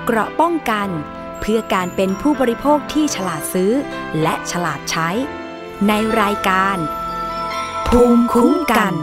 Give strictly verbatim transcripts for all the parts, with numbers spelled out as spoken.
เกราะป้องกันเพื่อการเป็นผู้บริโภคที่ฉลาดซื้อและฉลาดใช้ในรายการภูมิคุ้มกัน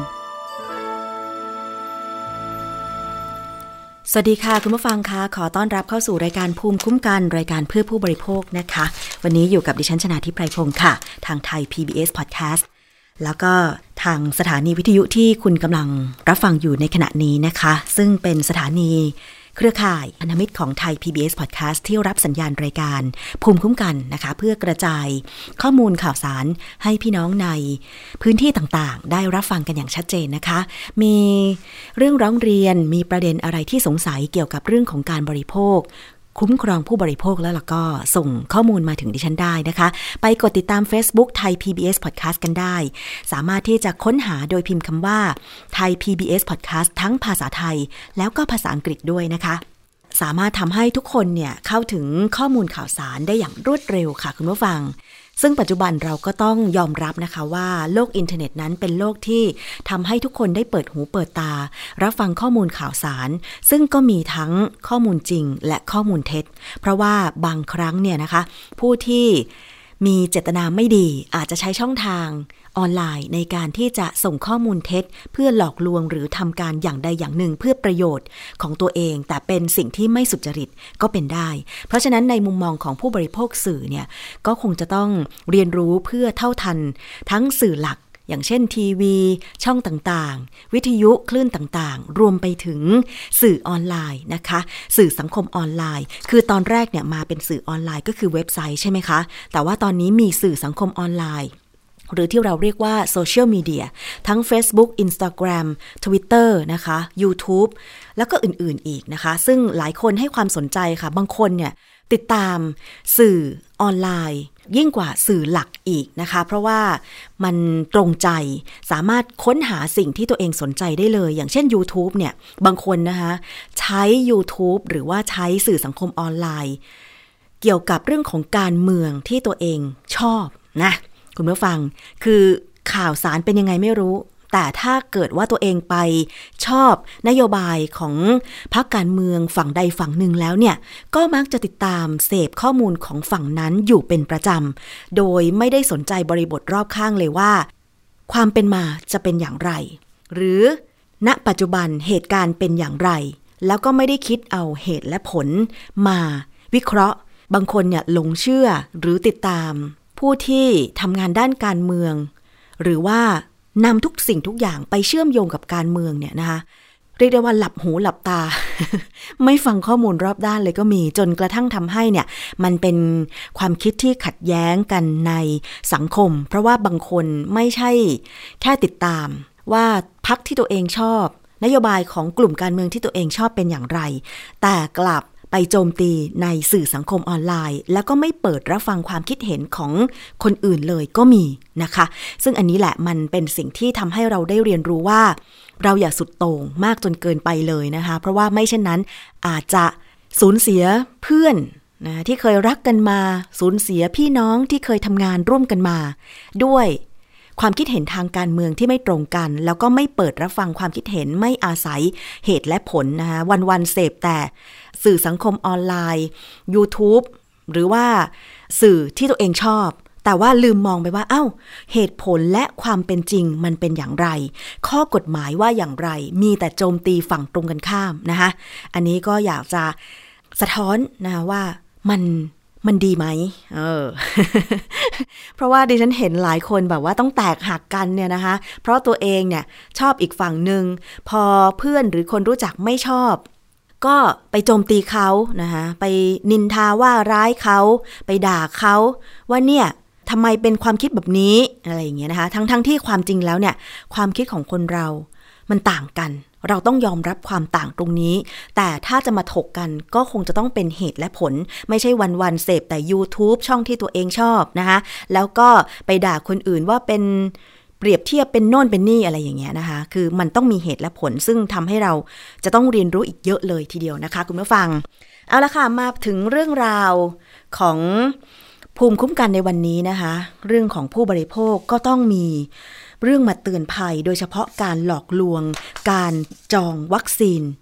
สวัสดีค่ะคุณผู้ฟังคะขอต้อนรับเข้าสู่รายการภูมิคุ้มกันรายการเพื่อผู้บริโภคนะคะวันนี้อยู่กับดิฉันชนาธิปไพรพงศ์ค่ะทางไทย พี บี เอส Podcast แล้วก็ทางสถานีวิทยุที่คุณกำลังรับฟังอยู่ในขณะนี้นะคะซึ่งเป็นสถานีเครือข่ายพันธมิตรของไทย พี บี เอส Podcast ที่รับสัญญาณรายการภูมิคุ้มกันนะคะเพื่อกระจายข้อมูลข่าวสารให้พี่น้องในพื้นที่ต่างๆได้รับฟังกันอย่างชัดเจนนะคะมีเรื่องร้องเรียนมีประเด็นอะไรที่สงสัยเกี่ยวกับเรื่องของการบริโภคคุ้มครองผู้บริโภคแล้วล่ะก็ส่งข้อมูลมาถึงดิฉันได้นะคะไปกดติดตาม Facebook ไทย พี บี เอส Podcast กันได้สามารถที่จะค้นหาโดยพิมพ์คำว่าไทย พี บี เอส Podcast ทั้งภาษาไทยแล้วก็ภาษาอังกฤษด้วยนะคะสามารถทำให้ทุกคนเนี่ยเข้าถึงข้อมูลข่าวสารได้อย่างรวดเร็วค่ะคุณผู้ฟังซึ่งปัจจุบันเราก็ต้องยอมรับนะคะว่าโลกอินเทอร์เน็ตนั้นเป็นโลกที่ทำให้ทุกคนได้เปิดหูเปิดตารับฟังข้อมูลข่าวสารซึ่งก็มีทั้งข้อมูลจริงและข้อมูลเท็จเพราะว่าบางครั้งเนี่ยนะคะผู้ที่มีเจตนาไม่ดีอาจจะใช้ช่องทางออนไลน์ในการที่จะส่งข้อมูลเท็จเพื่อหลอกลวงหรือทำการอย่างใดอย่างหนึ่งเพื่อประโยชน์ของตัวเองแต่เป็นสิ่งที่ไม่สุจริตก็เป็นได้เพราะฉะนั้นในมุมมองของผู้บริโภคสื่อเนี่ยก็คงจะต้องเรียนรู้เพื่อเท่าทันทั้งสื่อหลักอย่างเช่นทีวีช่องต่างๆวิทยุคลื่นต่างๆรวมไปถึงสื่อออนไลน์นะคะสื่อสังคมออนไลน์คือตอนแรกเนี่ยมาเป็นสื่อออนไลน์ก็คือเว็บไซต์ใช่ไหมคะแต่ว่าตอนนี้มีสื่อสังคมออนไลน์หรือที่เราเรียกว่าโซเชียลมีเดียทั้ง Facebook Instagram Twitter นะคะ YouTube แล้วก็อื่นๆอีกนะคะซึ่งหลายคนให้ความสนใจค่ะบางคนเนี่ยติดตามสื่อออนไลน์ยิ่งกว่าสื่อหลักอีกนะคะเพราะว่ามันตรงใจสามารถค้นหาสิ่งที่ตัวเองสนใจได้เลยอย่างเช่น YouTube เนี่ยบางคนนะคะใช้ YouTube หรือว่าใช้สื่อสังคมออนไลน์เกี่ยวกับเรื่องของการเมืองที่ตัวเองชอบนะคุณผู้ฟังคือข่าวสารเป็นยังไงไม่รู้แต่ถ้าเกิดว่าตัวเองไปชอบนโยบายของพรรคการเมืองฝั่งใดฝั่งหนึ่งแล้วเนี่ยก็มักจะติดตามเสพข้อมูลของฝั่งนั้นอยู่เป็นประจำโดยไม่ได้สนใจบริบทรอบข้างเลยว่าความเป็นมาจะเป็นอย่างไรหรือณปัจจุบันเหตุการณ์เป็นอย่างไรแล้วก็ไม่ได้คิดเอาเหตุและผลมาวิเคราะห์บางคนเนี่ยหลงเชื่อหรือติดตามผู้ที่ทำงานด้านการเมืองหรือว่านำทุกสิ่งทุกอย่างไปเชื่อมโยงกับการเมืองเนี่ยนะคะเรียกได้ว่าหลับหูหลับตา ไม่ฟังข้อมูลรอบด้านเลยก็มีจนกระทั่งทำให้เนี่ยมันเป็นความคิดที่ขัดแย้งกันในสังคมเพราะว่าบางคนไม่ใช่แค่ติดตามว่าพรรคที่ตัวเองชอบนโยบายของกลุ่มการเมืองที่ตัวเองชอบเป็นอย่างไรแต่กลับไปโจมตีในสื่อสังคมออนไลน์แล้วก็ไม่เปิดรับฟังความคิดเห็นของคนอื่นเลยก็มีนะคะซึ่งอันนี้แหละมันเป็นสิ่งที่ทำให้เราได้เรียนรู้ว่าเราอย่าสุดโต่งมากจนเกินไปเลยนะคะเพราะว่าไม่เช่นนั้นอาจจะสูญเสียเพื่อนนะที่เคยรักกันมาสูญเสียพี่น้องที่เคยทำงานร่วมกันมาด้วยความคิดเห็นทางการเมืองที่ไม่ตรงกันแล้วก็ไม่เปิดรับฟังความคิดเห็นไม่อาศัยเหตุและผลนะคะวันๆเสพแต่สื่อสังคมออนไลน์ YouTube หรือว่าสื่อที่ตัวเองชอบแต่ว่าลืมมองไปว่าเอ้าเหตุผลและความเป็นจริงมันเป็นอย่างไรข้อกฎหมายว่าอย่างไรมีแต่โจมตีฝั่งตรงกันข้ามนะคะอันนี้ก็อยากจะสะท้อนนะคะว่ามันมันดีไหมเออ เพราะว่าดิฉันเห็นหลายคนแบบว่าต้องแตกหักกันเนี่ยนะคะเพราะตัวเองเนี่ยชอบอีกฝั่งหนึ่งพอเพื่อนหรือคนรู้จักไม่ชอบก็ไปโจมตีเขานะคะไปนินทาว่าร้ายเขาไปด่าเขาว่าเนี่ยทำไมเป็นความคิดแบบนี้อะไรอย่างเงี้ยนะคะทั้งทั้งที่ความจริงแล้วเนี่ยความคิดของคนเรามันต่างกันเราต้องยอมรับความต่างตรงนี้แต่ถ้าจะมาถกกันก็คงจะต้องเป็นเหตุและผลไม่ใช่วันๆเสพแต่ YouTube ช่องที่ตัวเองชอบนะคะแล้วก็ไปด่าคนอื่นว่าเป็นเปรียบเทียบเป็นโน่นเป็นนี่อะไรอย่างเงี้ยนะคะคือมันต้องมีเหตุและผลซึ่งทำให้เราจะต้องเรียนรู้อีกเยอะเลยทีเดียวนะคะคุณผู้ฟังเอาละค่ะมาถึงเรื่องราวของภูมิคุ้มกันในวันนี้นะคะเรื่องของผู้บริโภคก็ต้องมีเรื่องมาเตือนภัยโดยเฉพาะการหลอกลวงการจองวัคซีน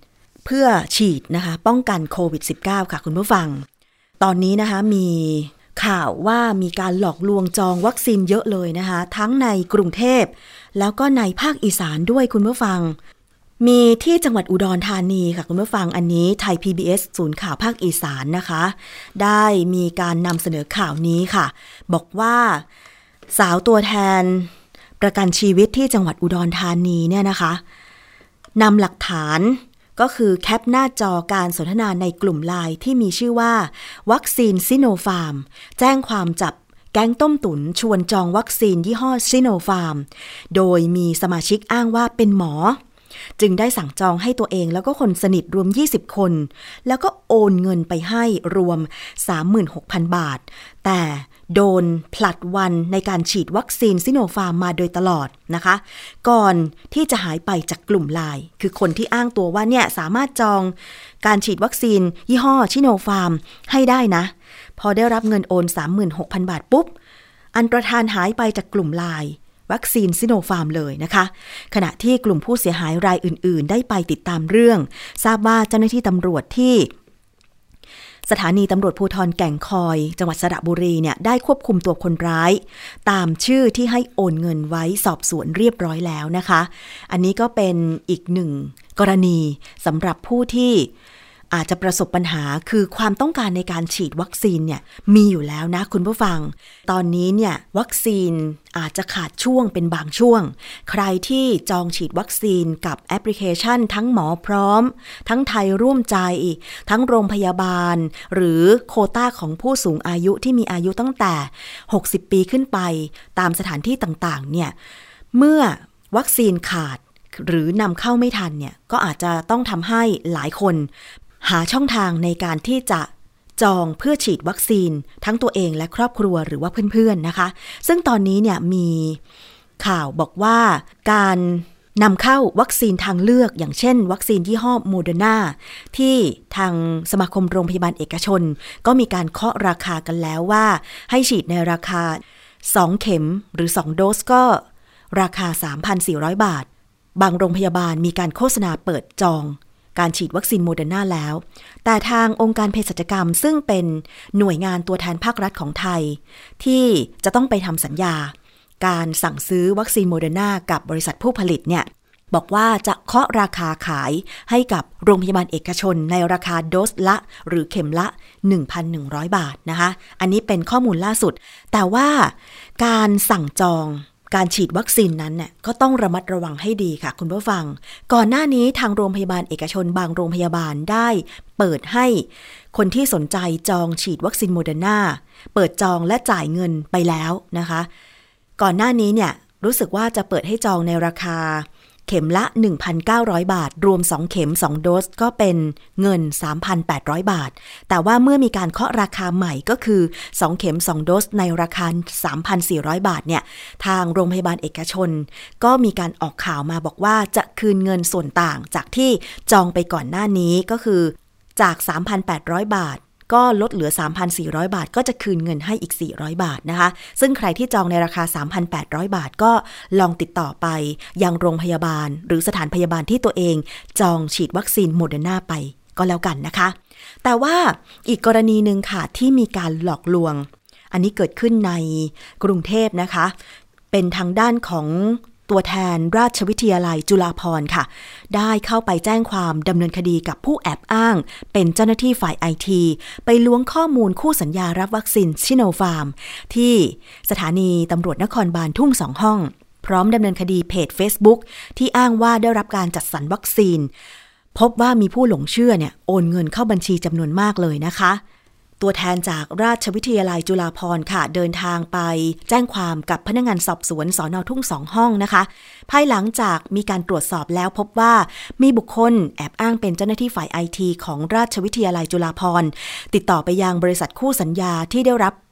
พื่อฉีดนะคะป้องกันโควิด สิบเก้า ค่ะคุณผู้ฟังตอนนี้นะคะมีข่าวว่ามีการหลอกลวงจองวัคซีนเยอะเลยนะคะทั้งในกรุงเทพแล้วก็ในภาคอีสานด้วยคุณผู้ฟังมีที่จังหวัดอุดรธานีค่ะคุณผู้ฟังอันนี้ไทย พี บี เอส ศูนย์ข่าวภาคอีสานนะคะได้มีการนำเสนอข่าวนี้ค่ะบอกว่าสาวตัวแทนประกันชีวิตที่จังหวัดอุดรธานีเนี่ยนะคะนำหลักฐานก็คือแคปหน้าจอการสนทนาในกลุ่มไลน์ที่มีชื่อว่าวัคซีนซิโนฟาร์มแจ้งความจับแก๊งต้มตุ๋นชวนจองวัคซีนยี่ห้อซิโนฟาร์มโดยมีสมาชิกอ้างว่าเป็นหมอจึงได้สั่งจองให้ตัวเองแล้วก็คนสนิทรวมยี่สิบคนแล้วก็โอนเงินไปให้รวม สามหมื่นหกพัน บาทแต่โดนผลัดวันในการฉีดวัคซีนซิโนฟาร์มมาโดยตลอดนะคะก่อนที่จะหายไปจากกลุ่มไลน์คือคนที่อ้างตัวว่าเนี่ยสามารถจองการฉีดวัคซีนยี่ห้อซิโนฟาร์มให้ได้นะพอได้รับเงินโอน สามหมื่นหกพัน บาทปุ๊บอันตรธานหายไปจากกลุ่มไลน์วัคซีนซิโนฟาร์มเลยนะคะขณะที่กลุ่มผู้เสียหายรายอื่นๆได้ไปติดตามเรื่องทราบว่าเจ้าหน้าที่ตำรวจที่สถานีตำรวจภูธรแก่งคอยจังหวัดสระบุรีเนี่ยได้ควบคุมตัวคนร้ายตามชื่อที่ให้โอนเงินไว้สอบสวนเรียบร้อยแล้วนะคะอันนี้ก็เป็นอีกหนึ่งกรณีสำหรับผู้ที่อาจจะประสบปัญหาคือความต้องการในการฉีดวัคซีนเนี่ยมีอยู่แล้วนะคุณผู้ฟังตอนนี้เนี่ยวัคซีนอาจจะขาดช่วงเป็นบางช่วงใครที่จองฉีดวัคซีนกับแอปพลิเคชันทั้งหมอพร้อมทั้งไทยร่วมใจทั้งโรงพยาบาลหรือโควต้าของผู้สูงอายุที่มีอายุตั้งแต่หกสิบปีขึ้นไปตามสถานที่ต่างๆเนี่ยเมื่อวัคซีนขาดหรือนำเข้าไม่ทันเนี่ยก็อาจจะต้องทำให้หลายคนหาช่องทางในการที่จะจองเพื่อฉีดวัคซีนทั้งตัวเองและครอบครัวหรือว่าเพื่อนๆนะคะซึ่งตอนนี้เนี่ยมีข่าวบอกว่าการนำเข้าวัคซีนทางเลือกอย่างเช่นวัคซีนยี่ห้อโมเดอร์นาที่ทางสมาคมโรงพยาบาลเอกชนก็มีการเคาะราคากันแล้วว่าให้ฉีดในราคาสองเข็มหรือสองโดสก็ราคา สามพันสี่ร้อย บาทบางโรงพยาบาลมีการโฆษณาเปิดจองการฉีดวัคซีนโมเดอร์นาแล้วแต่ทางองค์การเภสัชกรรมซึ่งเป็นหน่วยงานตัวแทนภาครัฐของไทยที่จะต้องไปทำสัญญาการสั่งซื้อวัคซีนโมเดอร์นากับบริษัทผู้ผลิตเนี่ยบอกว่าจะเคาะราคาขายให้กับโรงพยาบาลเอกชนในราคาโดสละหรือเข็มละ หนึ่งพันหนึ่งร้อย บาทนะคะอันนี้เป็นข้อมูลล่าสุดแต่ว่าการสั่งจองการฉีดวัคซีนนั้นเนี่ยก็ต้องระมัดระวังให้ดีค่ะคุณผู้ฟังก่อนหน้านี้ทางโรงพยาบาลเอกชนบางโรงพยาบาลได้เปิดให้คนที่สนใจจองฉีดวัคซีนโมเดอร์นาเปิดจองและจ่ายเงินไปแล้วนะคะก่อนหน้านี้เนี่ยรู้สึกว่าจะเปิดให้จองในราคาเข็มละ หนึ่งพันเก้าร้อย บาทรวมสองเข็มสองโดสก็เป็นเงิน สามพันแปดร้อย บาทแต่ว่าเมื่อมีการเคาะราคาใหม่ก็คือสองเข็มสองโดสในราคา สามพันสี่ร้อย บาทเนี่ยทางโรงพยาบาลเอกชนก็มีการออกข่าวมาบอกว่าจะคืนเงินส่วนต่างจากที่จองไปก่อนหน้านี้ก็คือจาก สามพันแปดร้อย บาทก็ลดเหลือ สามพันสี่ร้อย บาทก็จะคืนเงินให้อีกสี่ร้อยบาทนะคะซึ่งใครที่จองในราคา สามพันแปดร้อย บาทก็ลองติดต่อไปยังโรงพยาบาลหรือสถานพยาบาลที่ตัวเองจองฉีดวัคซีนโมเดอร์นาไปก็แล้วกันนะคะแต่ว่าอีกกรณีนึงค่ะที่มีการหลอกลวงอันนี้เกิดขึ้นในกรุงเทพนะคะเป็นทางด้านของตัวแทนราชวิทยาลัยจุฬาภรณ์ค่ะได้เข้าไปแจ้งความดำเนินคดีกับผู้แอบอ้างเป็นเจ้าหน้าที่ฝ่าย ไอ ที ไปล้วงข้อมูลคู่สัญญารับวัคซีนซิโนฟาร์มที่สถานีตำรวจนครบาลทุ่งสองห้องพร้อมดำเนินคดีเพจ Facebook ที่อ้างว่าได้รับการจัดสรรวัคซีนพบว่ามีผู้หลงเชื่อเนี่ยโอนเงินเข้าบัญชีจำนวนมากเลยนะคะตัวแทนจากราชวิทยาลัยจุฬาภรณ์ค่ะเดินทางไปแจ้งความกับพนักงานสอบสวนสน.ทุ่งสองห้องนะคะภายหลังจากมีการตรวจสอบแล้วพบว่ามีบุคคลแอบอ้างเป็นเจ้าหน้าที่ฝ่าย ไอ ที ของราชวิทยาลัยจุฬาภรณ์ติดต่อไปยังบริษัทคู่สัญญาที่ได้รับ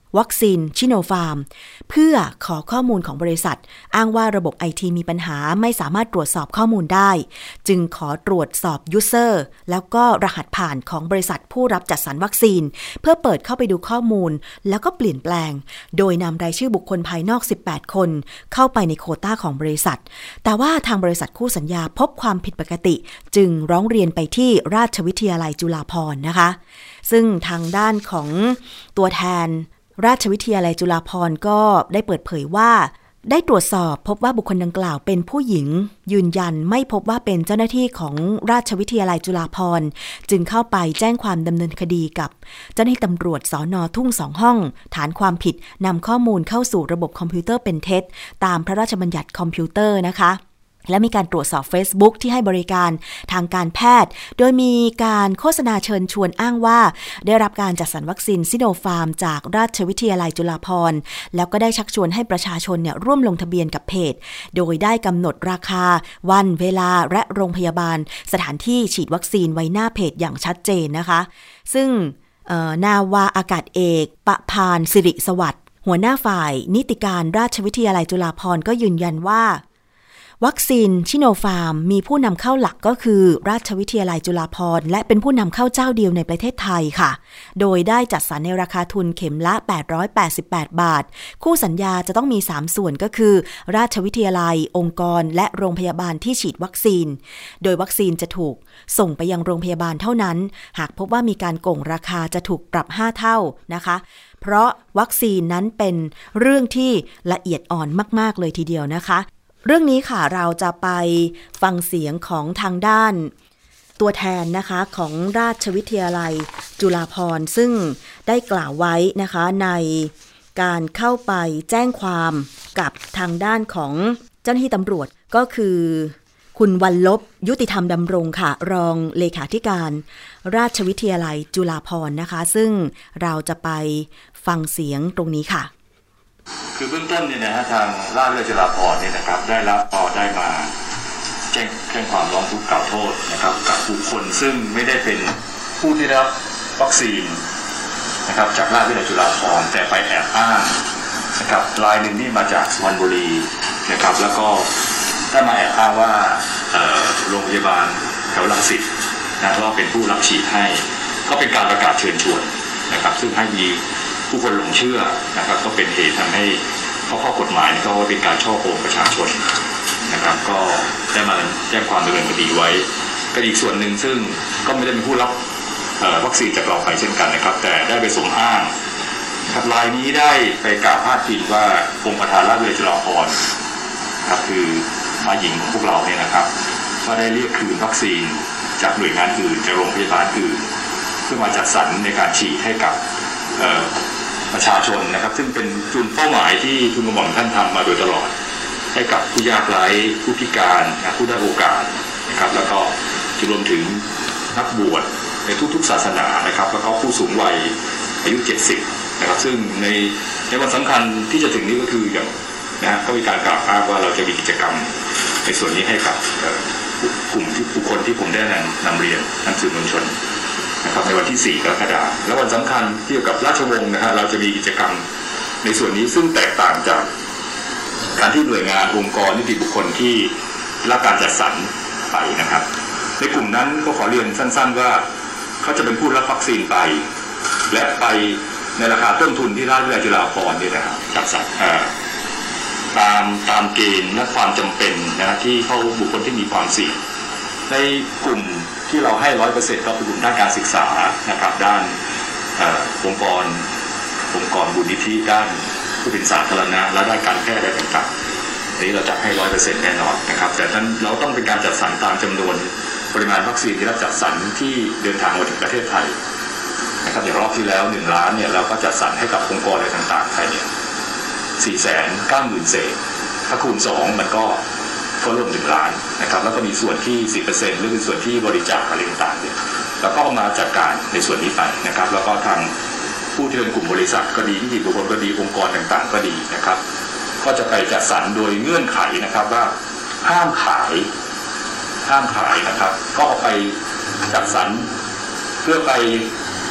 วัคซีนชิโนฟาร์มเพื่อขอข้อมูลของบริษัทอ้างว่าระบบ ไอ ที มีปัญหาไม่สามารถตรวจสอบข้อมูลได้จึงขอตรวจสอบยูเซอร์แล้วก็รหัสผ่านของบริษัทผู้รับจัดสรรวัคซีนเพื่อเปิดเข้าไปดูข้อมูลแล้วก็เปลี่ยนแปลงโดยนำรายชื่อบุคคลภายนอกสิบแปดคนเข้าไปในโควต้าของบริษัทแต่ว่าทางบริษัทคู่สัญญาพบความผิดปกติจึงร้องเรียนไปที่ราชวิทยาลัยจุฬาภรณ์นะคะซึ่งทางด้านของตัวแทนราชวิทยาลัยจุฬาภรณ์ก็ได้เปิดเผยว่าได้ตรวจสอบพบว่าบุคคลดังกล่าวเป็นผู้หญิงยืนยันไม่พบว่าเป็นเจ้าหน้าที่ของราชวิทยาลัยจุฬาภรณ์จึงเข้าไปแจ้งความดำเนินคดีกับเจ้าหน้าที่ตำรวจสน.ทุ่งสองห้องฐานความผิดนำข้อมูลเข้าสู่ระบบคอมพิวเตอร์เป็นเท็จตามพระราชบัญญัติคอมพิวเตอร์นะคะและมีการตรวจสอบ Facebook ที่ให้บริการทางการแพทย์โดยมีการโฆษณาเชิญชวนอ้างว่าได้รับการจัดสรรวัคซีนซิโนฟาร์มจากราชวิทยาลัยจุฬาภรณ์แล้วก็ได้ชักชวนให้ประชาชนเนี่ยร่วมลงทะเบียนกับเพจโดยได้กำหนดราคาวันเวลาและโรงพยาบาลสถานที่ฉีดวัคซีนไว้หน้าเพจอย่างชัดเจนนะคะซึ่งนาวาอากาศเอกปพานสิริสวัสดิ์หัวหน้าฝ่ายนิติการราชวิทยาลัยจุฬาภรณ์ก็ยืนยันว่าวัคซีนชิโนฟาร์มมีผู้นำเข้าหลักก็คือราชวิทยาลัยจุฬาภรณ์และเป็นผู้นำเข้าเจ้าเดียวในประเทศไทยค่ะโดยได้จัดสรรในราคาทุนเข็มละแปดร้อยแปดสิบแปดบาทคู่สัญญาจะต้องมีสามส่วนก็คือราชวิทยาลัยองค์กรและโรงพยาบาลที่ฉีดวัคซีนโดยวัคซีนจะถูกส่งไปยังโรงพยาบาลเท่านั้นหากพบว่ามีการโกงราคาจะถูกปรับห้าเท่านะคะเพราะวัคซีนนั้นเป็นเรื่องที่ละเอียดอ่อนมากๆเลยทีเดียวนะคะเรื่องนี้ค่ะเราจะไปฟังเสียงของทางด้านตัวแทนนะคะของราชวิทยาลัยจุฬาภรณ์ซึ่งได้กล่าวไว้นะคะในการเข้าไปแจ้งความกับทางด้านของเจ้าหน้าที่ตำรวจก็คือคุณวรรลบยุติธรรมดำรงค่ะรองเลขาธิการราชวิทยาลัยจุฬาภรณ์นะคะซึ่งเราจะไปฟังเสียงตรงนี้ค่ะคือเบื้องต้นเนี่ยนะฮะทางราชวิทยาลัยจุฬาภรณ์เนี่ยนะครับได้รับต่อได้มาแจ้งแจ้งความร้องทุกข์กล่าวโทษนะครับกับบุคคลซึ่งไม่ได้เป็นผู้ที่ได้รับวัคซีนนะครับจากราชวิทยาลัยจุฬาภรณ์แต่ไปแอบอ้างนะครับรายหนึ่งนี่มาจากสุพรรณบุรีนะครับแล้วก็ได้มาแอบอ้างว่าโรงพยาบาลแถวรังสิตนะว่าเป็นผู้รับฉีดให้ก็เป็นการประกาศเชิญชวนนะครับซึ่งให้มีผู้คนหลงเชื่อนะครับก็เป็นเหตุทำให้ข้อข้อกฎหมายก็เป็นการช่อโกงประชาชนนะครับก็ได้มาแจ้งความดำเนินคดีไว้ก็อีกส่วนหนึ่งซึ่งก็ไม่ได้เป็นผู้รับวัคซีนจากเราไปเช่นกันนะครับแต่ได้ไปสมอ้างครับรายนี้ได้ไปกล่าวพาดพิงว่ากรมประธานราชวิทยาลัยจุฬาภรณ์ครับคือมาหญิงของพวกเราเนี่ยนะครับว่าได้เรียกคืนวัคซีนจากหน่วยงานอื่นจากโรงพยาบาลอื่นเพื่อมาจัดสรรในการฉีดให้กับประชาชนนะครับซึ่งเป็นจุดเป้าหมายที่ทุนกระหม่อมท่านทำมาโดยตลอดให้กับผู้ยากไร้ผู้พิการผู้ด้อยโอกาสนะครับแล้วก็รวมถึงนักบวชในทุกๆศาสนานะครับแล้วก็ผู้สูงวัยอายุเจ็ดสิบนะครับซึ่งในในวันสำคัญที่จะถึงนี้ก็คืออย่างนะก็มีการกล่าวอ้างว่าเราจะมีกิจกรรมในส่วนนี้ให้กับกลุ่มที่บุคคลที่ผมได้นำเรียนท่านสื่อมวลชนนะครับในวันที่สี่กรกฎาคมและวันสำคัญเกี่ยวกับราชวงศ์นะฮะเราจะมีกิจกรรมในส่วนนี้ซึ่งแตกต่างจากการที่หน่วยงานองค์กรนิติบุคคลที่รับการจัดสรรไปนะครับในกลุ่มนั้นก็ขอเรียนสั้นๆว่าเขาจะเป็นผู้รับวัคซีนไปและไปในราคาต้นทุนที่ราชวิทยาลัยจุฬาภรณ์นี่นะครับจัดสรรตามตามเกณฑ์และความจำเป็นนะที่เขาบุคคลที่มีความเสี่ยงในกลุ่มที่เราให้ ร้อยเปอร์เซ็นต์ ก็เป็นกลุ่มด้านการศึกษานะครับด้านองค์กรองค์กรบุญนิธิด้านผู้เป็นสาธารณะและด้านการแพทย์ได้ต่างๆนี้เราจะให้ ร้อยเปอร์เซ็นต์ แน่นอนนะครับแต่ท่านเราต้องเป็นการจัดสรรตามจำนวนปริมาณวัคซีนที่รับจัดสรรที่เดินทางมาถึงประเทศไทยนะครับอย่างรอบที่แล้วหนึ่งล้านเนี่ยเราก็จัดสรรให้กับองค์กรอะไรต่างๆไทยเนี่ยสี่แสนเก้าหมื่นเศษถ้าคูณสองมันก็ก็รวมถึงล้านนะครับแล้วก็มีส่วนที่ สิบเปอร์เซ็นต์ หรือเป็นส่วนที่บริจาคอะไรต่างๆเนี่ยแล้วก็มาจัดการในส่วนนี้ไปนะครับแล้วก็ทางผู้ที่เป็นกลุ่มบริษัทก็ดีนิติบุคคลก็ดีองค์กรต่างๆก็ดีนะครับก็จะไปจัดสรรโดยเงื่อนไขนะครับว่าห้ามขายห้ามขายนะครับก็เอาไปจัดสรรเพื่อไป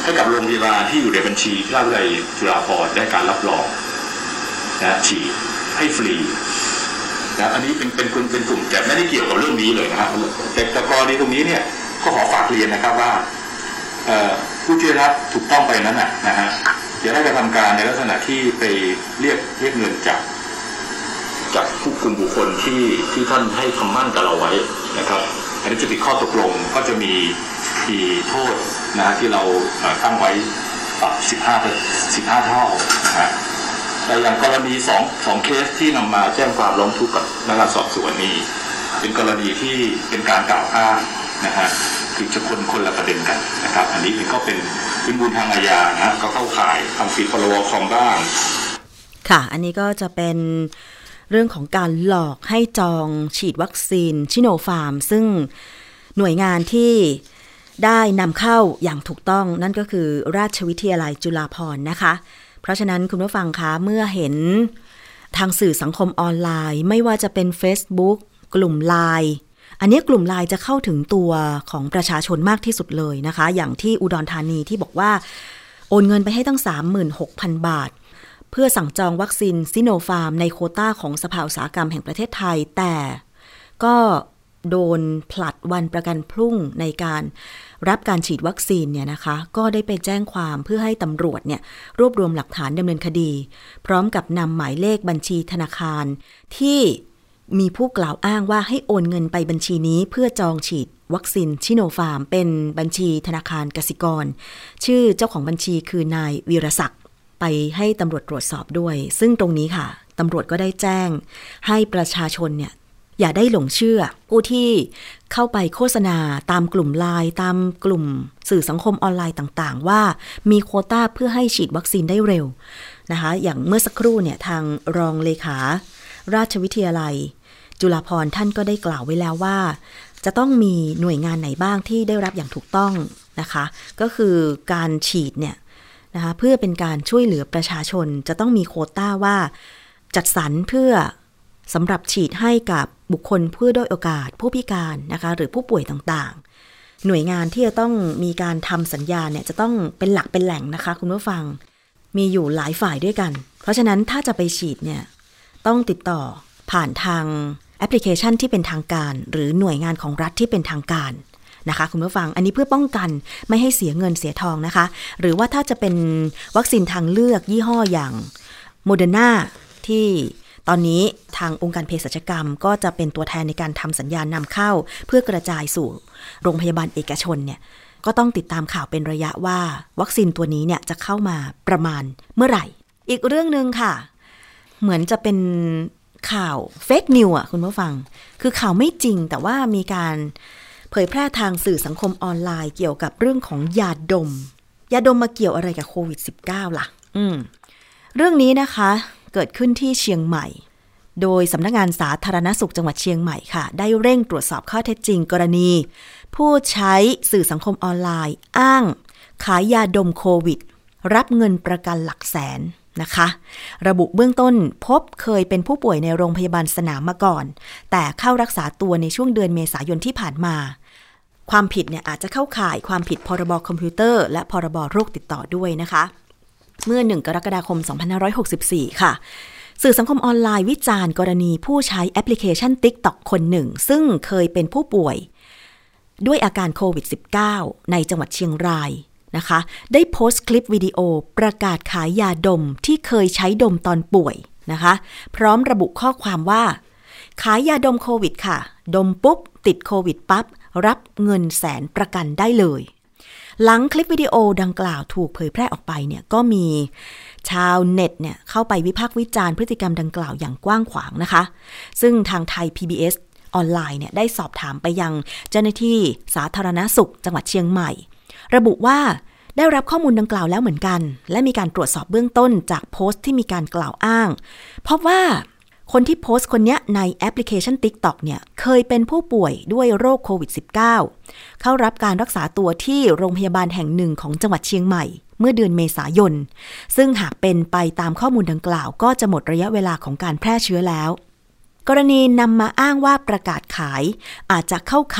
ให้กับโรงพยาบาลที่อยู่ในบัญชีที่ราชวิทยาลัยจุฬาภรณ์ได้การรับรองนะฉีดให้ฟรีนะอันนี้เป็นเป็นกลุ่มเป็นกลุ่มแต่ไม่ได้เกี่ยวกับเรื่องนี้เลยนะครับแต่แต่กรณีตรงนี้เนี่ยก็ขอฝากเรียนนะครับว่าผู้ที่รับถูกต้องไปนั้นนะนะฮะจะได้กระทำการในลักษณะที่ไปเรียกเรียกเงินจากจากผู้กลุ่มบุคคลที่ที่ท่านให้คำมั่นกับเราไว้นะครับอันนี้จะเป็นข้อตกลงก็จะมีมีโทษนะที่เราตั้งไว้ปรับสิบห้า สิบห้าเท่านะฮะแต่อย่างกรณีสองสองเคสที่นำมาแจ้งความร้องทุกข์กับพนักงานสอบสวนนี้เป็นกรณีที่เป็นการกล่าวอ้างนะฮะคือจะคนคนละประเด็นกันนะครับอันนี้มันก็เป็นเป็นมูลทางอาญานะก็เข้าข่ายทำผิดพรบคอมบ้างค่ะอันนี้ก็จะเป็นเรื่องของการหลอกให้จองฉีดวัคซีนชิโนฟาร์มซึ่งหน่วยงานที่ได้นำเข้าอย่างถูกต้องนั่นก็คือราชวิทยาลัยจุฬาภรณ์นะคะเพราะฉะนั้นคุณผู้ฟังคะเมื่อเห็นทางสื่อสังคมออนไลน์ไม่ว่าจะเป็น Facebook กลุ่ม ไลน์ อันนี้กลุ่ม ไลน์ จะเข้าถึงตัวของประชาชนมากที่สุดเลยนะคะอย่างที่อุดรธานีที่บอกว่าโอนเงินไปให้ตั้ง สามหมื่นหกพัน บาทเพื่อสั่งจองวัคซีนซิโนฟาร์มในโควต้าของสภาอุตสาหกรรมแห่งประเทศไทยแต่ก็โดนผลัดวันประกันพรุ่งในการรับการฉีดวัคซีนเนี่ยนะคะก็ได้ไปแจ้งความเพื่อให้ตำรวจเนี่ยรวบรวมหลักฐานดำเนินคดีพร้อมกับนำหมายเลขบัญชีธนาคารที่มีผู้กล่าวอ้างว่าให้โอนเงินไปบัญชีนี้เพื่อจองฉีดวัคซีนชิโนฟาร์มเป็นบัญชีธนาคารกสิกรชื่อเจ้าของบัญชีคือนายวีรศักดิ์ไปให้ตำรวจตรวจสอบด้วยซึ่งตรงนี้ค่ะตำรวจก็ได้แจ้งให้ประชาชนเนี่ยอย่าได้หลงเชื่อผู้ที่เข้าไปโฆษณาตามกลุ่ม ไลน์ ตามกลุ่มสื่อสังคมออนไลน์ต่างๆว่ามีโควต้าเพื่อให้ฉีดวัคซีนได้เร็วนะคะอย่างเมื่อสักครู่เนี่ยทางรองเลขาราชวิทยาลัยจุฬาภรณ์ท่านก็ได้กล่าวไว้แล้วว่าจะต้องมีหน่วยงานไหนบ้างที่ได้รับอย่างถูกต้องนะคะก็คือการฉีดเนี่ยนะคะเพื่อเป็นการช่วยเหลือประชาชนจะต้องมีโควต้าว่าจัดสรรเพื่อสำหรับฉีดให้กับบุคคลผู้ด้อยโอกาสผู้พิการนะคะหรือผู้ป่วยต่างๆหน่วยงานที่จะต้องมีการทำสัญญาเนี่ยจะต้องเป็นหลักเป็นแหล่งนะคะคุณผู้ฟังมีอยู่หลายฝ่ายด้วยกันเพราะฉะนั้นถ้าจะไปฉีดเนี่ยต้องติดต่อผ่านทางแอปพลิเคชันที่เป็นทางการหรือหน่วยงานของรัฐที่เป็นทางการนะคะคุณผู้ฟังอันนี้เพื่อป้องกันไม่ให้เสียเงินเสียทองนะคะหรือว่าถ้าจะเป็นวัคซีนทางเลือกยี่ห้ออย่างโมเดอร์นาที่ตอนนี้ทางองค์การเภสัชกรรมก็จะเป็นตัวแทนในการทำสัญญาณนำเข้าเพื่อกระจายสู่โรงพยาบาลเอกชนเนี่ยก็ต้องติดตามข่าวเป็นระยะว่าวัคซีนตัวนี้เนี่ยจะเข้ามาประมาณเมื่อไหร่อีกเรื่องนึงค่ะเหมือนจะเป็นข่าวเฟคนิวอ่ะคุณผู้ฟังคือข่าวไม่จริงแต่ว่ามีการเผยแพร่ทางสื่อสังคมออนไลน์เกี่ยวกับเรื่องของยาดมยาดมมาเกี่ยวอะไรกับโควิด สิบเก้า ล่ะอืมเรื่องนี้นะคะเกิดขึ้นที่เชียงใหม่โดยสำนักงานสาธารณสุขจังหวัดเชียงใหม่ค่ะได้เร่งตรวจสอบข้อเท็จจริงกรณีผู้ใช้สื่อสังคมออนไลน์อ้างขายยาดมโควิดรับเงินประกันหลักแสนนะคะระบุเบื้องต้นพบเคยเป็นผู้ป่วยในโรงพยาบาลสนามมาก่อนแต่เข้ารักษาตัวในช่วงเดือนเมษายนที่ผ่านมาความผิดเนี่ยอาจจะเข้าข่ายความผิดพรบคอมพิวเตอร์และพรบโรคติดต่อด้วยนะคะเมื่อหนึ่งกรกฎาคมสองพันห้าร้อยหกสิบสี่ค่ะสื่อสังคมออนไลน์วิจารณ์กรณีผู้ใช้แอปพลิเคชัน TikTok คนหนึ่งซึ่งเคยเป็นผู้ป่วยด้วยอาการโควิด สิบเก้า ในจังหวัดเชียงรายนะคะได้โพสต์คลิปวิดีโอประกาศขายยาดมที่เคยใช้ดมตอนป่วยนะคะพร้อมระบุข้อความว่าขายยาดมโควิดค่ะดมปุ๊บติดโควิดปั๊บรับเงินแสนประกันได้เลยหลังคลิปวิดีโอดังกล่าวถูกเผยแพร่ออกไปเนี่ยก็มีชาวเน็ตเนี่ยเข้าไปวิพากษ์วิจารณ์พฤติกรรมดังกล่าวอย่างกว้างขวางนะคะซึ่งทางไทย พี บี เอส ออนไลน์เนี่ยได้สอบถามไปยังเจ้าหน้าที่สาธารณสุขจังหวัดเชียงใหม่ระบุว่าได้รับข้อมูลดังกล่าวแล้วเหมือนกันและมีการตรวจสอบเบื้องต้นจากโพสต์ที่มีการกล่าวอ้างเพราะว่าคนที่โพสต์คนนี้ในแอปพลิเคชัน TikTok เนี่ยเคยเป็นผู้ป่วยด้วยโรคโควิด สิบเก้า เข้ารับการรักษาตัวที่โรงพยาบาลแห่งหนึ่งของจังหวัดเชียงใหม่เมื่อเดือนเมษายนซึ่งหากเป็นไปตามข้อมูลดังกล่าวก็จะหมดระยะเวลาของการแพร่เชื้อแล้วกรณีนำมาอ้างว่าประกาศขายอาจจะเข้าข่าย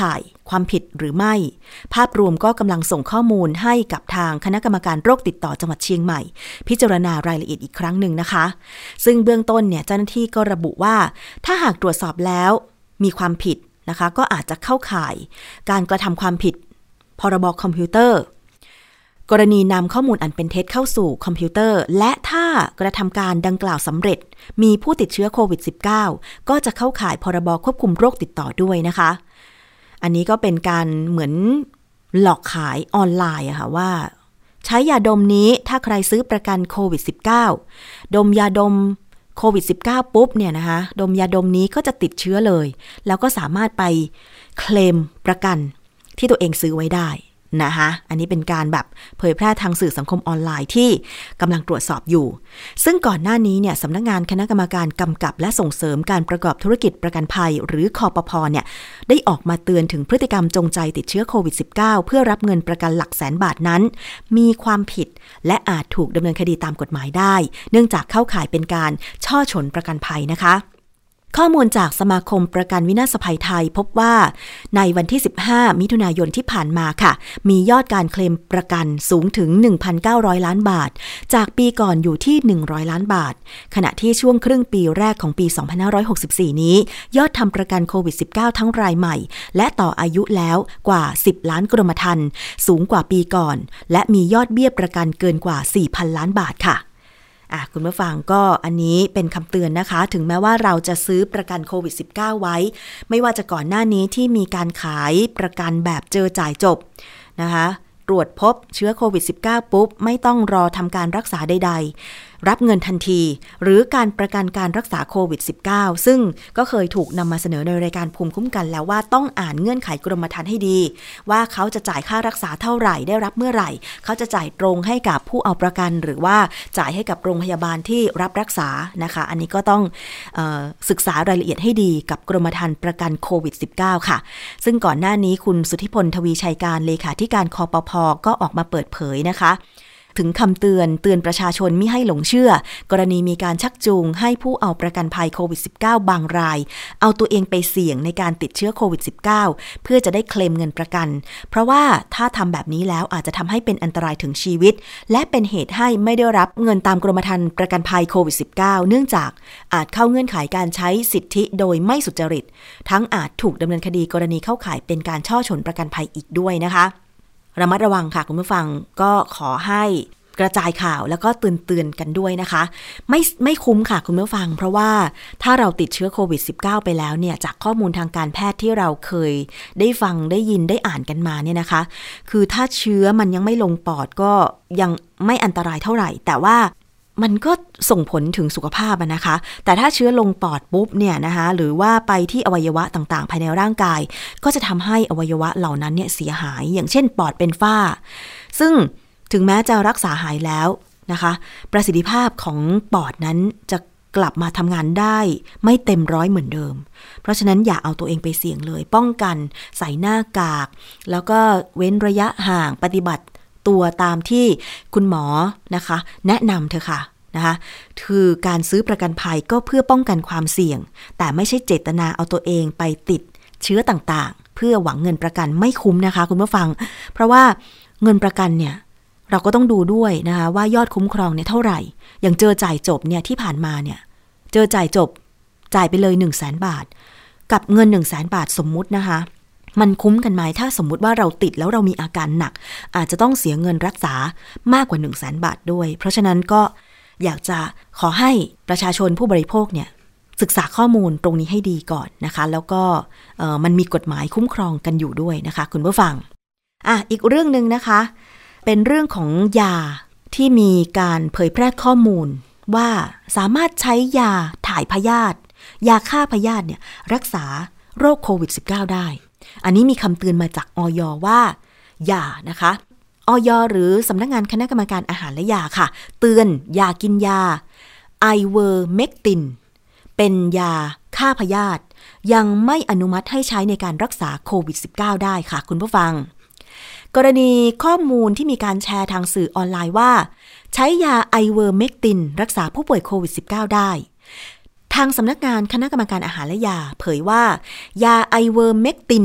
ความผิดหรือไม่ภาพรวมก็กำลังส่งข้อมูลให้กับทางคณะกรรมการโรคติดต่อจังหวัดเชียงใหม่พิจารณารายละเอียดอีกครั้งหนึ่งนะคะซึ่งเบื้องต้นเนี่ยเจ้าหน้าที่ก็ระบุว่าถ้าหากตรวจสอบแล้วมีความผิดนะคะก็อาจจะเข้าข่ายการกระทำความผิดพรบคอมพิวเตอร์กรณีนำข้อมูลอันเป็นเท็จเข้าสู่คอมพิวเตอร์และถ้ากระทำการดังกล่าวสำเร็จมีผู้ติดเชื้อโควิด สิบเก้า ก็จะเข้าข่ายพรบควบคุมโรคติดต่อด้วยนะคะอันนี้ก็เป็นการเหมือนหลอกขายออนไลน์อะค่ะว่าใช้ยาดมนี้ถ้าใครซื้อประกันโควิด สิบเก้า ดมยาดมโควิด สิบเก้า ปุ๊บเนี่ยนะคะดมยาดมนี้ก็จะติดเชื้อเลยแล้วก็สามารถไปเคลมประกันที่ตัวเองซื้อไว้ได้นะคะอันนี้เป็นการแบบเผยแพร่ทางสื่อสังคมออนไลน์ที่กำลังตรวจสอบอยู่ซึ่งก่อนหน้านี้เนี่ยสำนักงานคณะกรรมการกำกับและส่งเสริมการประกอบธุรกิจประกันภัยหรือคปภ.เนี่ยได้ออกมาเตือนถึงพฤติกรรมจงใจติดเชื้อโควิด สิบเก้า เพื่อรับเงินประกันหลักแสนบาทนั้นมีความผิดและอาจถูกดำเนินคดีตามกฎหมายได้เนื่องจากเข้าข่ายเป็นการช่อฉนประกันภัยนะคะข้อมูลจากสมาคมประกันวินาศภัยไทยพบว่าในวันที่สิบห้ามิถุนายนที่ผ่านมาค่ะมียอดการเคลมประกันสูงถึง หนึ่งพันเก้าร้อย ล้านบาทจากปีก่อนอยู่ที่หนึ่งร้อยล้านบาทขณะที่ช่วงครึ่งปีแรกของปีสองพันห้าร้อยหกสิบสี่นี้ยอดทำประกันโควิด สิบเก้า ทั้งรายใหม่และต่ออายุแล้วกว่าสิบล้านกรมธรรม์สูงกว่าปีก่อนและมียอดเบี้ยประกันเกินกว่า สี่พัน ล้านบาทค่ะอ่ะคุณผู้ฟังก็อันนี้เป็นคำเตือนนะคะถึงแม้ว่าเราจะซื้อประกันโควิด สิบเก้า ไว้ไม่ว่าจะก่อนหน้านี้ที่มีการขายประกันแบบเจอจ่ายจบนะคะตรวจพบเชื้อโควิด สิบเก้า ปุ๊บไม่ต้องรอทำการรักษาใดๆรับเงินทันทีหรือการประกันการรักษาโควิด สิบเก้า ซึ่งก็เคยถูกนำมาเสนอในรายการภูมิคุ้มกันแล้วว่าต้องอ่านเงื่อนไขกรมธรรม์ให้ดีว่าเขาจะจ่ายค่ารักษาเท่าไหร่ได้รับเมื่อไหร่เขาจะจ่ายตรงให้กับผู้เอาประกันหรือว่าจ่ายให้กับโรงพยาบาลที่รับรักษานะคะอันนี้ก็ต้องเอ่อศึกษารายละเอียดให้ดีกับกรมธรรม์ประกันโควิด สิบเก้า ค่ะซึ่งก่อนหน้านี้คุณสุทธิพลทวีชัยการเลขาธิการคปภ.ก็ออกมาเปิดเผยนะคะถึงคำเตือนเตือนประชาชนมิให้หลงเชื่อกรณีมีการชักจูงให้ผู้เอาประกันภัยโควิด สิบเก้า บางรายเอาตัวเองไปเสี่ยงในการติดเชื้อโควิด สิบเก้า เพื่อจะได้เคลมเงินประกันเพราะว่าถ้าทำแบบนี้แล้วอาจจะทำให้เป็นอันตรายถึงชีวิตและเป็นเหตุให้ไม่ได้รับเงินตามกรมธรรม์ประกันภัยโควิด สิบเก้า เนื่องจากอาจเข้าเงื่อนไขการใช้สิทธิโดยไม่สุจริตทั้งอาจถูกดำเนินคดีกรณีเข้าข่ายเป็นการช่อฉนประกันภัยอีกด้วยนะคะระมัดระวังค่ะคุณผู้ฟังก็ขอให้กระจายข่าวแล้วก็เตือนเตือนกันด้วยนะคะไม่ไม่คุ้มค่ะคุณผู้ฟังเพราะว่าถ้าเราติดเชื้อโควิด สิบเก้า ไปแล้วเนี่ยจากข้อมูลทางการแพทย์ที่เราเคยได้ฟังได้ยินได้อ่านกันมาเนี่ยนะคะคือถ้าเชื้อมันยังไม่ลงปอดก็ยังไม่อันตรายเท่าไหร่แต่ว่ามันก็ส่งผลถึงสุขภาพนะคะแต่ถ้าเชื้อลงปอดปุ๊บเนี่ยนะคะหรือว่าไปที่อวัยวะต่างๆภายในร่างกายก็จะทำให้อวัยวะเหล่านั้นเนี่ยเสียหายอย่างเช่นปอดเป็นฝ้าซึ่งถึงแม้จะรักษาหายแล้วนะคะประสิทธิภาพของปอดนั้นจะกลับมาทำงานได้ไม่เต็มร้อยเหมือนเดิมเพราะฉะนั้นอย่าเอาตัวเองไปเสี่ยงเลยป้องกันใส่หน้ากากแล้วก็เว้นระยะห่างปฏิบัติตัวตามที่คุณหมอนะคะแนะนำเถอะค่ะนะคะคือการซื้อประกันภัยก็เพื่อป้องกันความเสี่ยงแต่ไม่ใช่เจตนาเอาตัวเองไปติดเชื้อต่างๆเพื่อหวังเงินประกันไม่คุ้มนะคะคุณผู้ฟังเพราะว่าเงินประกันเนี่ยเราก็ต้องดูด้วยนะคะว่ายอดคุ้มครองเนี่ยเท่าไหร่อย่างเจอจ่ายจบเนี่ยที่ผ่านมาเนี่ยเจอจ่ายจบจ่ายไปเลย หนึ่งแสน บาทกับเงิน หนึ่งแสน บาทสมมุตินะคะมันคุ้มกันไหมถ้าสมมุติว่าเราติดแล้วเรามีอาการหนักอาจจะต้องเสียเงินรักษามากกว่า หนึ่งแสน บาทด้วยเพราะฉะนั้นก็อยากจะขอให้ประชาชนผู้บริโภคเนี่ยศึกษาข้อมูลตรงนี้ให้ดีก่อนนะคะแล้วก็มันมีกฎหมายคุ้มครองกันอยู่ด้วยนะคะคุณผู้ฟังอ่ะอีกเรื่องนึงนะคะเป็นเรื่องของยาที่มีการเผยแพร่ข้อมูลว่าสามารถใช้ยาถ่ายพยาธิยาฆ่าพยาธิเนี่ยรักษาโรคโควิด สิบเก้า ได้อันนี้มีคำเตือนมาจากอย.ว่าอย่านะคะอย.หรือสำนักงานคณะกรรมการอาหารและยาค่ะเตือนอย่ากินยาไอเวอร์เมกตินเป็นยาฆ่าพยาธิยังไม่อนุมัติให้ใช้ในการรักษาโควิด สิบเก้า ได้ค่ะคุณผู้ฟังกรณีข้อมูลที่มีการแชร์ทางสื่อออนไลน์ว่าใช้ยาไอเวอร์เมกตินรักษาผู้ป่วยโควิด สิบเก้า ได้ทางสำนักงานคณะกรรมการอาหารและยาเผยว่ายาไอเวอร์เมกตินเนี่ย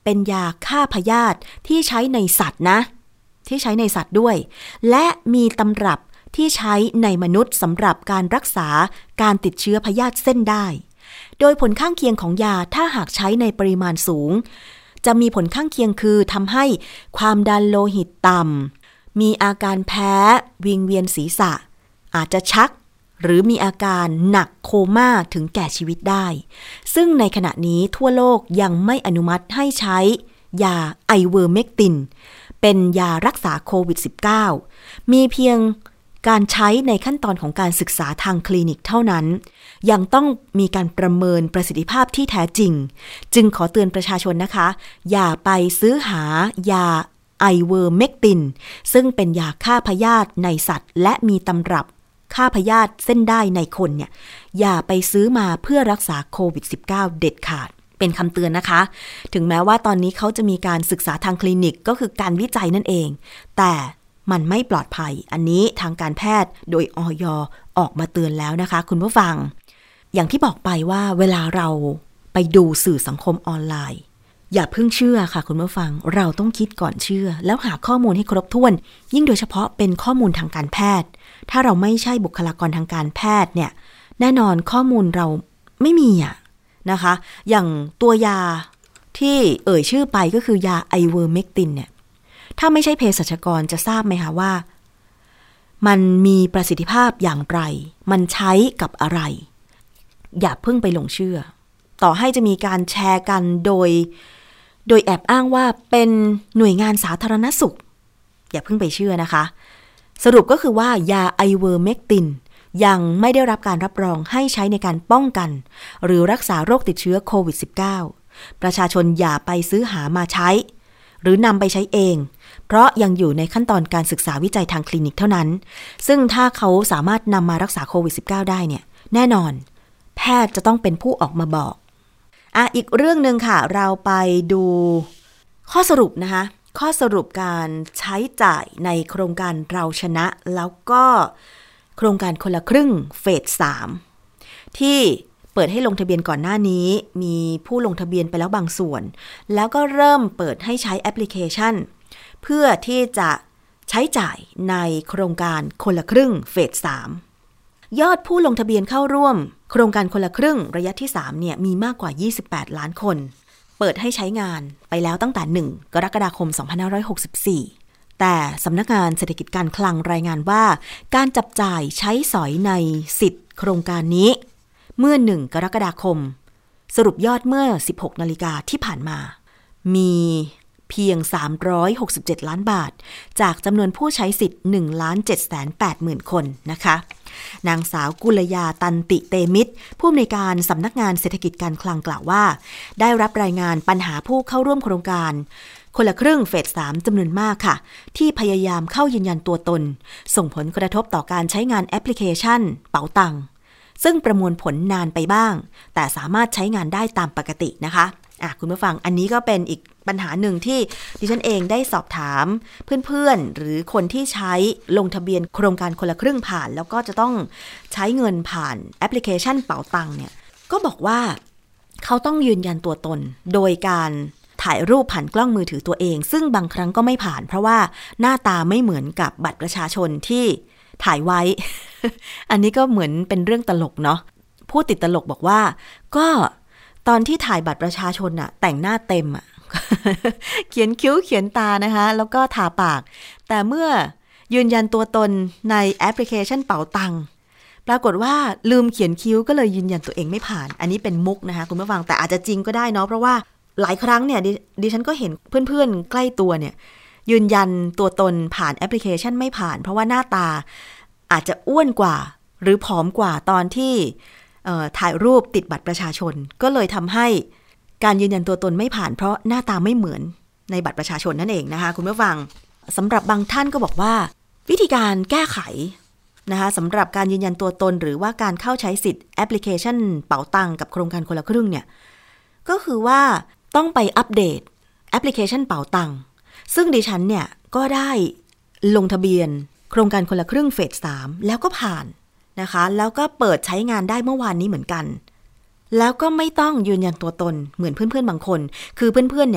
เป็นยาฆ่าพยาธิที่ใช้ในสัตว์นะที่ใช้ในสัตว์ด้วยและมีตำรับที่ใช้ในมนุษย์สำหรับการรักษาการติดเชื้อพยาธิเส้นได้โดยผลข้างเคียงของยาถ้าหากใช้ในปริมาณสูงจะมีผลข้างเคียงคือทำให้ความดันโลหิตต่ำมีอาการแพ้วิงเวียนศีรษะอาจจะชักหรือมีอาการหนักโคม่าถึงแก่ชีวิตได้ซึ่งในขณะนี้ทั่วโลกยังไม่อนุมัติให้ใช้ยาไอเวอร์เมกตินเป็นยารักษาโควิด สิบเก้า มีเพียงการใช้ในขั้นตอนของการศึกษาทางคลินิกเท่านั้นยังต้องมีการประเมินประสิทธิภาพที่แท้จริงจึงขอเตือนประชาชนนะคะอย่าไปซื้อหายาไอเวอร์เมกตินซึ่งเป็นยาฆ่าพยาธิในสัตว์และมีตำรับฆ่าพยาธิเส้นได้ในคนเนี่ยอย่าไปซื้อมาเพื่อรักษาโควิด สิบเก้า เด็ดขาดเป็นคำเตือนนะคะถึงแม้ว่าตอนนี้เขาจะมีการศึกษาทางคลินิกก็คือการวิจัยนั่นเองแต่มันไม่ปลอดภัยอันนี้ทางการแพทย์โดยอย.ออกมาเตือนแล้วนะคะคุณผู้ฟังอย่างที่บอกไปว่าเวลาเราไปดูสื่อสังคมออนไลน์อย่าเพิ่งเชื่อค่ะคุณผู้ฟังเราต้องคิดก่อนเชื่อแล้วหาข้อมูลให้ครบถ้วนยิ่งโดยเฉพาะเป็นข้อมูลทางการแพทย์ถ้าเราไม่ใช่บุคลากรทางการแพทย์เนี่ยแน่นอนข้อมูลเราไม่มีอ่ะนะคะอย่างตัวยาที่เอ่ยชื่อไปก็คือยาไอเวอร์เมกตินเนี่ยถ้าไม่ใช่เภสัชกรจะทราบไหมคะว่ามันมีประสิทธิภาพอย่างไรมันใช้กับอะไรอย่าเพิ่งไปหลงเชื่อต่อให้จะมีการแชร์กันโดยโดยแอบอ้างว่าเป็นหน่วยงานสาธารณสุขอย่าเพิ่งไปเชื่อนะคะสรุปก็คือว่ายาไอเวอร์เมกตินยังไม่ได้รับการรับรองให้ใช้ในการป้องกันหรือรักษาโรคติดเชื้อโควิด สิบเก้า ประชาชนอย่าไปซื้อหามาใช้หรือนำไปใช้เองเพราะยังอยู่ในขั้นตอนการศึกษาวิจัยทางคลินิกเท่านั้นซึ่งถ้าเขาสามารถนำมารักษาโควิด สิบเก้า ได้เนี่ยแน่นอนแพทย์จะต้องเป็นผู้ออกมาบอกอ่ะอีกเรื่องนึงค่ะเราไปดูข้อสรุปนะคะข้อสรุปการใช้จ่ายในโครงการเราชนะแล้วก็โครงการคนละครึ่งเฟสสามที่เปิดให้ลงทะเบียนก่อนหน้านี้มีผู้ลงทะเบียนไปแล้วบางส่วนแล้วก็เริ่มเปิดให้ใช้แอปพลิเคชันเพื่อที่จะใช้จ่ายในโครงการคนละครึ่งเฟสสามยอดผู้ลงทะเบียนเข้าร่วมโครงการคนละครึ่งระยะที่สามเนี่ยมีมากกว่ายี่สิบแปดล้านคนเปิดให้ใช้งานไปแล้วตั้งแต่หนึ่งกรกฎาคมสองพันห้าร้อยหกสิบสี่แต่สำนักงานเศรษฐกิจการคลังรายงานว่าการจับจ่ายใช้สอยในสิทธิ์โครงการนี้เมื่อหนึ่งกรกฎาคมสรุปยอดเมื่อ สิบหกนาฬิกาที่ผ่านมามีเพียงสามร้อยหกสิบเจ็ดล้านบาทจากจำนวนผู้ใช้สิทธิ์ หนึ่งล้านเจ็ดแสนแปดหมื่น คนนะคะนางสาวกุลยาตันติเตมิตรผู้อำนวยการสำนักงานเศรษฐกิจการคลังกล่าวว่าได้รับรายงานปัญหาผู้เข้าร่วมโครงการคนละครึ่งเฟสสามจำนวนมากค่ะที่พยายามเข้ายืนยันตัวตนส่งผลกระทบต่อการใช้งานแอปพลิเคชันเป๋าตังค์ซึ่งประมวลผลนานไปบ้างแต่สามารถใช้งานได้ตามปกตินะคะอ่ะคุณผู้ฟังอันนี้ก็เป็นอีกปัญหาหนึ่งที่ดิฉันเองได้สอบถามเพื่อนๆหรือคนที่ใช้ลงทะเบียนโครงการคนละครึ่งผ่านแล้วก็จะต้องใช้เงินผ่านแอปพลิเคชันเป๋าตังค์เนี่ยก็บอกว่าเขาต้องยืนยันตัวตนโดยการถ่ายรูปผ่านกล้องมือถือตัวเองซึ่งบางครั้งก็ไม่ผ่านเพราะว่าหน้าตาไม่เหมือนกับบัตรประชาชนที่ถ่ายไว้ อันนี้ก็เหมือนเป็นเรื่องตลกเนาะผู้ติดตลกบอกว่าก็ตอนที่ถ่ายบัตรประชาชนน่ะแต่งหน้าเต็มอ่ะ เขียนคิ้วเขียนตานะคะแล้วก็ทาปากแต่เมื่อยืนยันตัวตนในแอปพลิเคชันเป๋าตังค์ปรากฏว่าลืมเขียนคิ้วก็เลยยืนยันตัวเองไม่ผ่านอันนี้เป็นมุกนะคะคุณผู้ฟังแต่อาจจะจริงก็ได้เนาะเพราะว่าหลายครั้งเนี่ย ด, ดิฉันก็เห็นเพื่อนๆใกล้ตัวเนี่ยยืนยันตัวตนผ่านแอปพลิเคชันไม่ผ่านเพราะว่าหน้าตาอาจจะอ้วนกว่าหรือผอมกว่าตอนที่ถ่ายรูปติดบัตรประชาชนก็เลยทำให้การยืนยันตัวตนไม่ผ่านเพราะหน้าตาไม่เหมือนในบัตรประชาชนนั่นเองนะคะคุณผู้ฟังสำหรับบางท่านก็บอกว่าวิธีการแก้ไขนะคะสำหรับการยืนยันตัวตนหรือว่าการเข้าใช้สิทธิ์แอปพลิเคชันเป๋าตังค์กับโครงการคนละครึ่งเนี่ยก็คือว่าต้องไปอัปเดตแอปพลิเคชันเป๋าตังค์ซึ่งดิฉันเนี่ยก็ได้ลงทะเบียนโครงการคนละครึ่งเฟสสามแล้วก็ผ่านนะคะแล้วก็เปิดใช้งานได้เมื่อวานนี้เหมือนกันแล้วก็ไม่ต้องยืนยันตัวตนเหมือนเพื่อนๆบางคนคือเพื่อนๆเนี่ย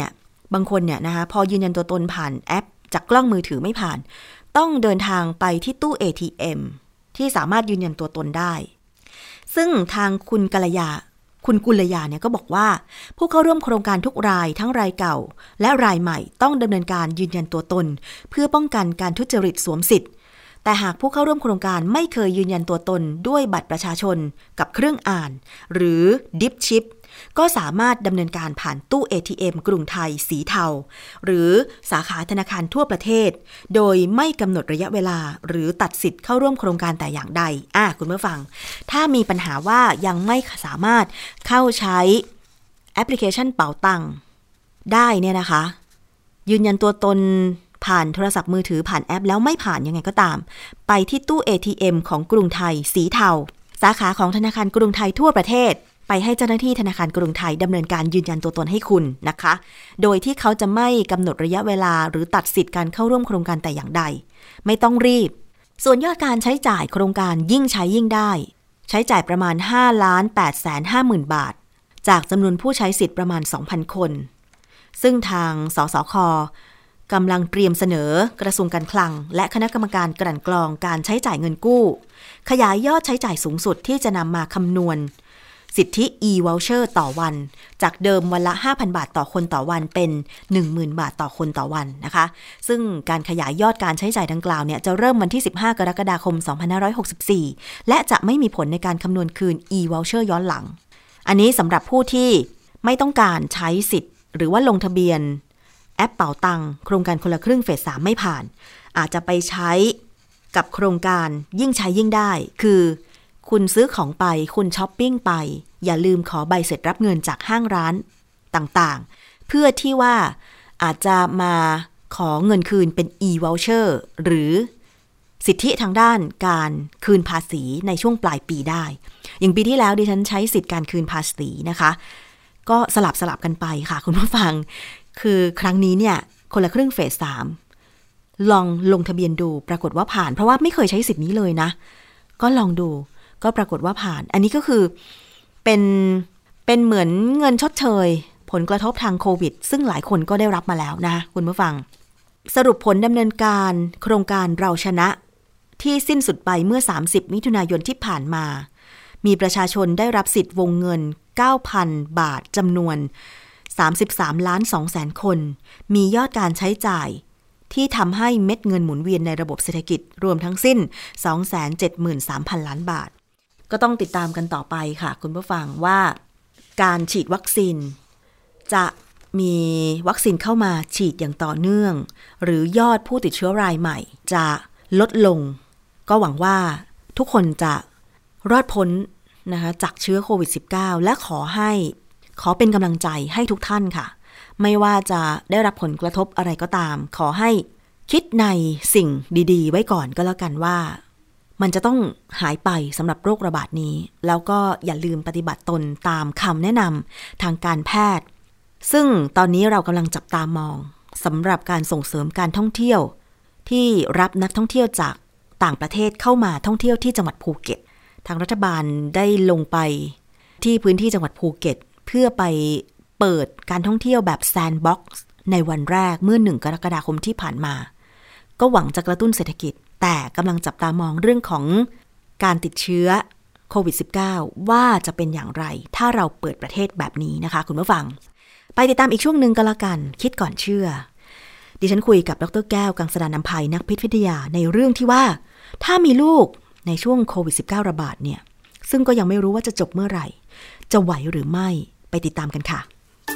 บางคนเนี่ยนะคะพอยืนยันตัวตนผ่านแอปจากกล้องมือถือไม่ผ่านต้องเดินทางไปที่ตู้ เอ ที เอ็ม ที่สามารถยืนยันตัวตนได้ซึ่งทางคุณกัลยาคุณกุลยาเนี่ยก็บอกว่าผู้เข้าร่วมโครงการทุกรายทั้งรายเก่าและรายใหม่ต้องดำเนินการยืนยันตัวตนเพื่อป้องกันการทุจริตสวมสิทธิ์แต่หากผู้เข้าร่วมโครงการไม่เคยยืนยันตัวตนด้วยบัตรประชาชนกับเครื่องอ่านหรือดิปชิปก็สามารถดำเนินการผ่านตู้ เอ ที เอ็ม กรุงไทยสีเทาหรือสาขาธนาคารทั่วประเทศโดยไม่กำหนดระยะเวลาหรือตัดสิทธิ์เข้าร่วมโครงการแต่อย่างใดอ่ะคุณผู้ฟังถ้ามีปัญหาว่ายังไม่สามารถเข้าใช้แอปพลิเคชันเป๋าตังได้เนี่ยนะคะยืนยันตัวตนผ่านโทรศัพท์มือถือผ่านแอปแล้วไม่ผ่านยังไงก็ตามไปที่ตู้ เอ ที เอ็ม ของกรุงไทยสีเทาสาขาของธนาคารกรุงไทยทั่วประเทศไปให้เจ้าหน้าที่ธนาคารกรุงไทยดำเนินการยืนยันตัวตนให้คุณนะคะโดยที่เขาจะไม่กำหนดระยะเวลาหรือตัดสิทธิ์การเข้าร่วมโครงการแต่อย่างใดไม่ต้องรีบส่วนยอดการใช้จ่ายโครงการยิ่งใช้ยิ่งได้ใช้จ่ายประมาณ ห้าล้านแปดแสนห้าหมื่น บาทจากจำนวนผู้ใช้สิทธิ์ประมาณ สองพัน คนซึ่งทางสสค.กำลังเตรียมเสนอกระทรวงการคลังและคณะกรรมการกลั่นกรองการใช้จ่ายเงินกู้ขยายยอดใช้จ่ายสูงสุดที่จะนำมาคำนวณสิทธิ e-voucher ต่อวันจากเดิมวันละ ห้าพัน บาทต่อคนต่อวันเป็น หนึ่งหมื่น บาทต่อคนต่อวันนะคะซึ่งการขยายยอดการใช้จ่ายดังกล่าวเนี่ยจะเริ่มวันที่สิบห้ากรกฎาคมสองพันห้าร้อยหกสิบสี่และจะไม่มีผลในการคำนวณคืน e-voucher ย้อนหลังอันนี้สำหรับผู้ที่ไม่ต้องการใช้สิทธิ์หรือว่าลงทะเบียนแอปเป๋าตังโครงการคนละครึ่งเฟสสามไม่ผ่านอาจจะไปใช้กับโครงการยิ่งใช้ยิ่งได้คือคุณซื้อของไปคุณช้อปปิ้งไปอย่าลืมขอใบเสร็จรับเงินจากห้างร้านต่างๆเพื่อที่ว่าอาจจะมาขอเงินคืนเป็น e-voucher หรือสิทธิทางด้านการคืนภาษีในช่วงปลายปีได้อย่างปีที่แล้วดิฉันใช้สิทธิการคืนภาษีนะคะก็สลับสลับกันไปค่ะคุณผู้ฟังคือครั้งนี้เนี่ยคนละครึ่งเฟสสามลองลงทะเบียนดูปรากฏว่าผ่านเพราะว่าไม่เคยใช้สิทธินี้เลยนะก็ลองดูก็ปรากฏว่าผ่านอันนี้ก็คือเป็นเป็นเหมือนเงินชดเชยผลกระทบทางโควิดซึ่งหลายคนก็ได้รับมาแล้วนะคุณผู้ฟังสรุปผลดำเนินการโครงการเราชนะที่สิ้นสุดไปเมื่อสามสิบมิถุนายนที่ผ่านมามีประชาชนได้รับสิทธิ์วงเงิน เก้าพัน บาทจำนวนสามสิบสามล้านสองแสนคนมียอดการใช้จ่ายที่ทำให้เม็ดเงินหมุนเวียนในระบบเศรษฐกิจรวมทั้งสิ้น สองแสนเจ็ดหมื่นสามพัน ล้านบาทก็ต้องติดตามกันต่อไปค่ะคุณผู้ฟังว่าการฉีดวัคซีนจะมีวัคซีนเข้ามาฉีดอย่างต่อเนื่องหรือยอดผู้ติดเชื้อรายใหม่จะลดลงก็หวังว่าทุกคนจะรอดพ้นนะคะจากเชื้อโควิด สิบเก้า และขอให้ขอเป็นกำลังใจให้ทุกท่านค่ะไม่ว่าจะได้รับผลกระทบอะไรก็ตามขอให้คิดในสิ่งดีๆไว้ก่อนก็แล้วกันว่ามันจะต้องหายไปสำหรับโรคระบาดนี้แล้วก็อย่าลืมปฏิบัติตนตามคำแนะนำทางการแพทย์ซึ่งตอนนี้เรากำลังจับตามองสำหรับการส่งเสริมการท่องเที่ยวที่รับนักท่องเที่ยวจากต่างประเทศเข้ามาท่องเที่ยวที่จังหวัดภูเก็ตทางรัฐบาลได้ลงไปที่พื้นที่จังหวัดภูเก็ตเพื่อไปเปิดการท่องเที่ยวแบบแซนด์บ็อกซ์ในวันแรกเมื่อหนึ่งกรกฎาคมที่ผ่านมาก็หวังจะกระตุ้นเศรษฐกิจแต่กำลังจับตามองเรื่องของการติดเชื้อโควิด สิบเก้า ว่าจะเป็นอย่างไรถ้าเราเปิดประเทศแบบนี้นะคะคุณผู้ฟังไปติดตามอีกช่วงหนึ่งก็แล้วกันคิดก่อนเชื่อดิฉันคุยกับดร.แก้วกังสดาลอำไพนักพิษวิทยาในเรื่องที่ว่าถ้ามีลูกในช่วงโควิด สิบเก้า ระบาดเนี่ยซึ่งก็ยังไม่รู้ว่าจะจบเมื่อไหร่จะไหวหรือไม่ไปติดตามกันค่ะ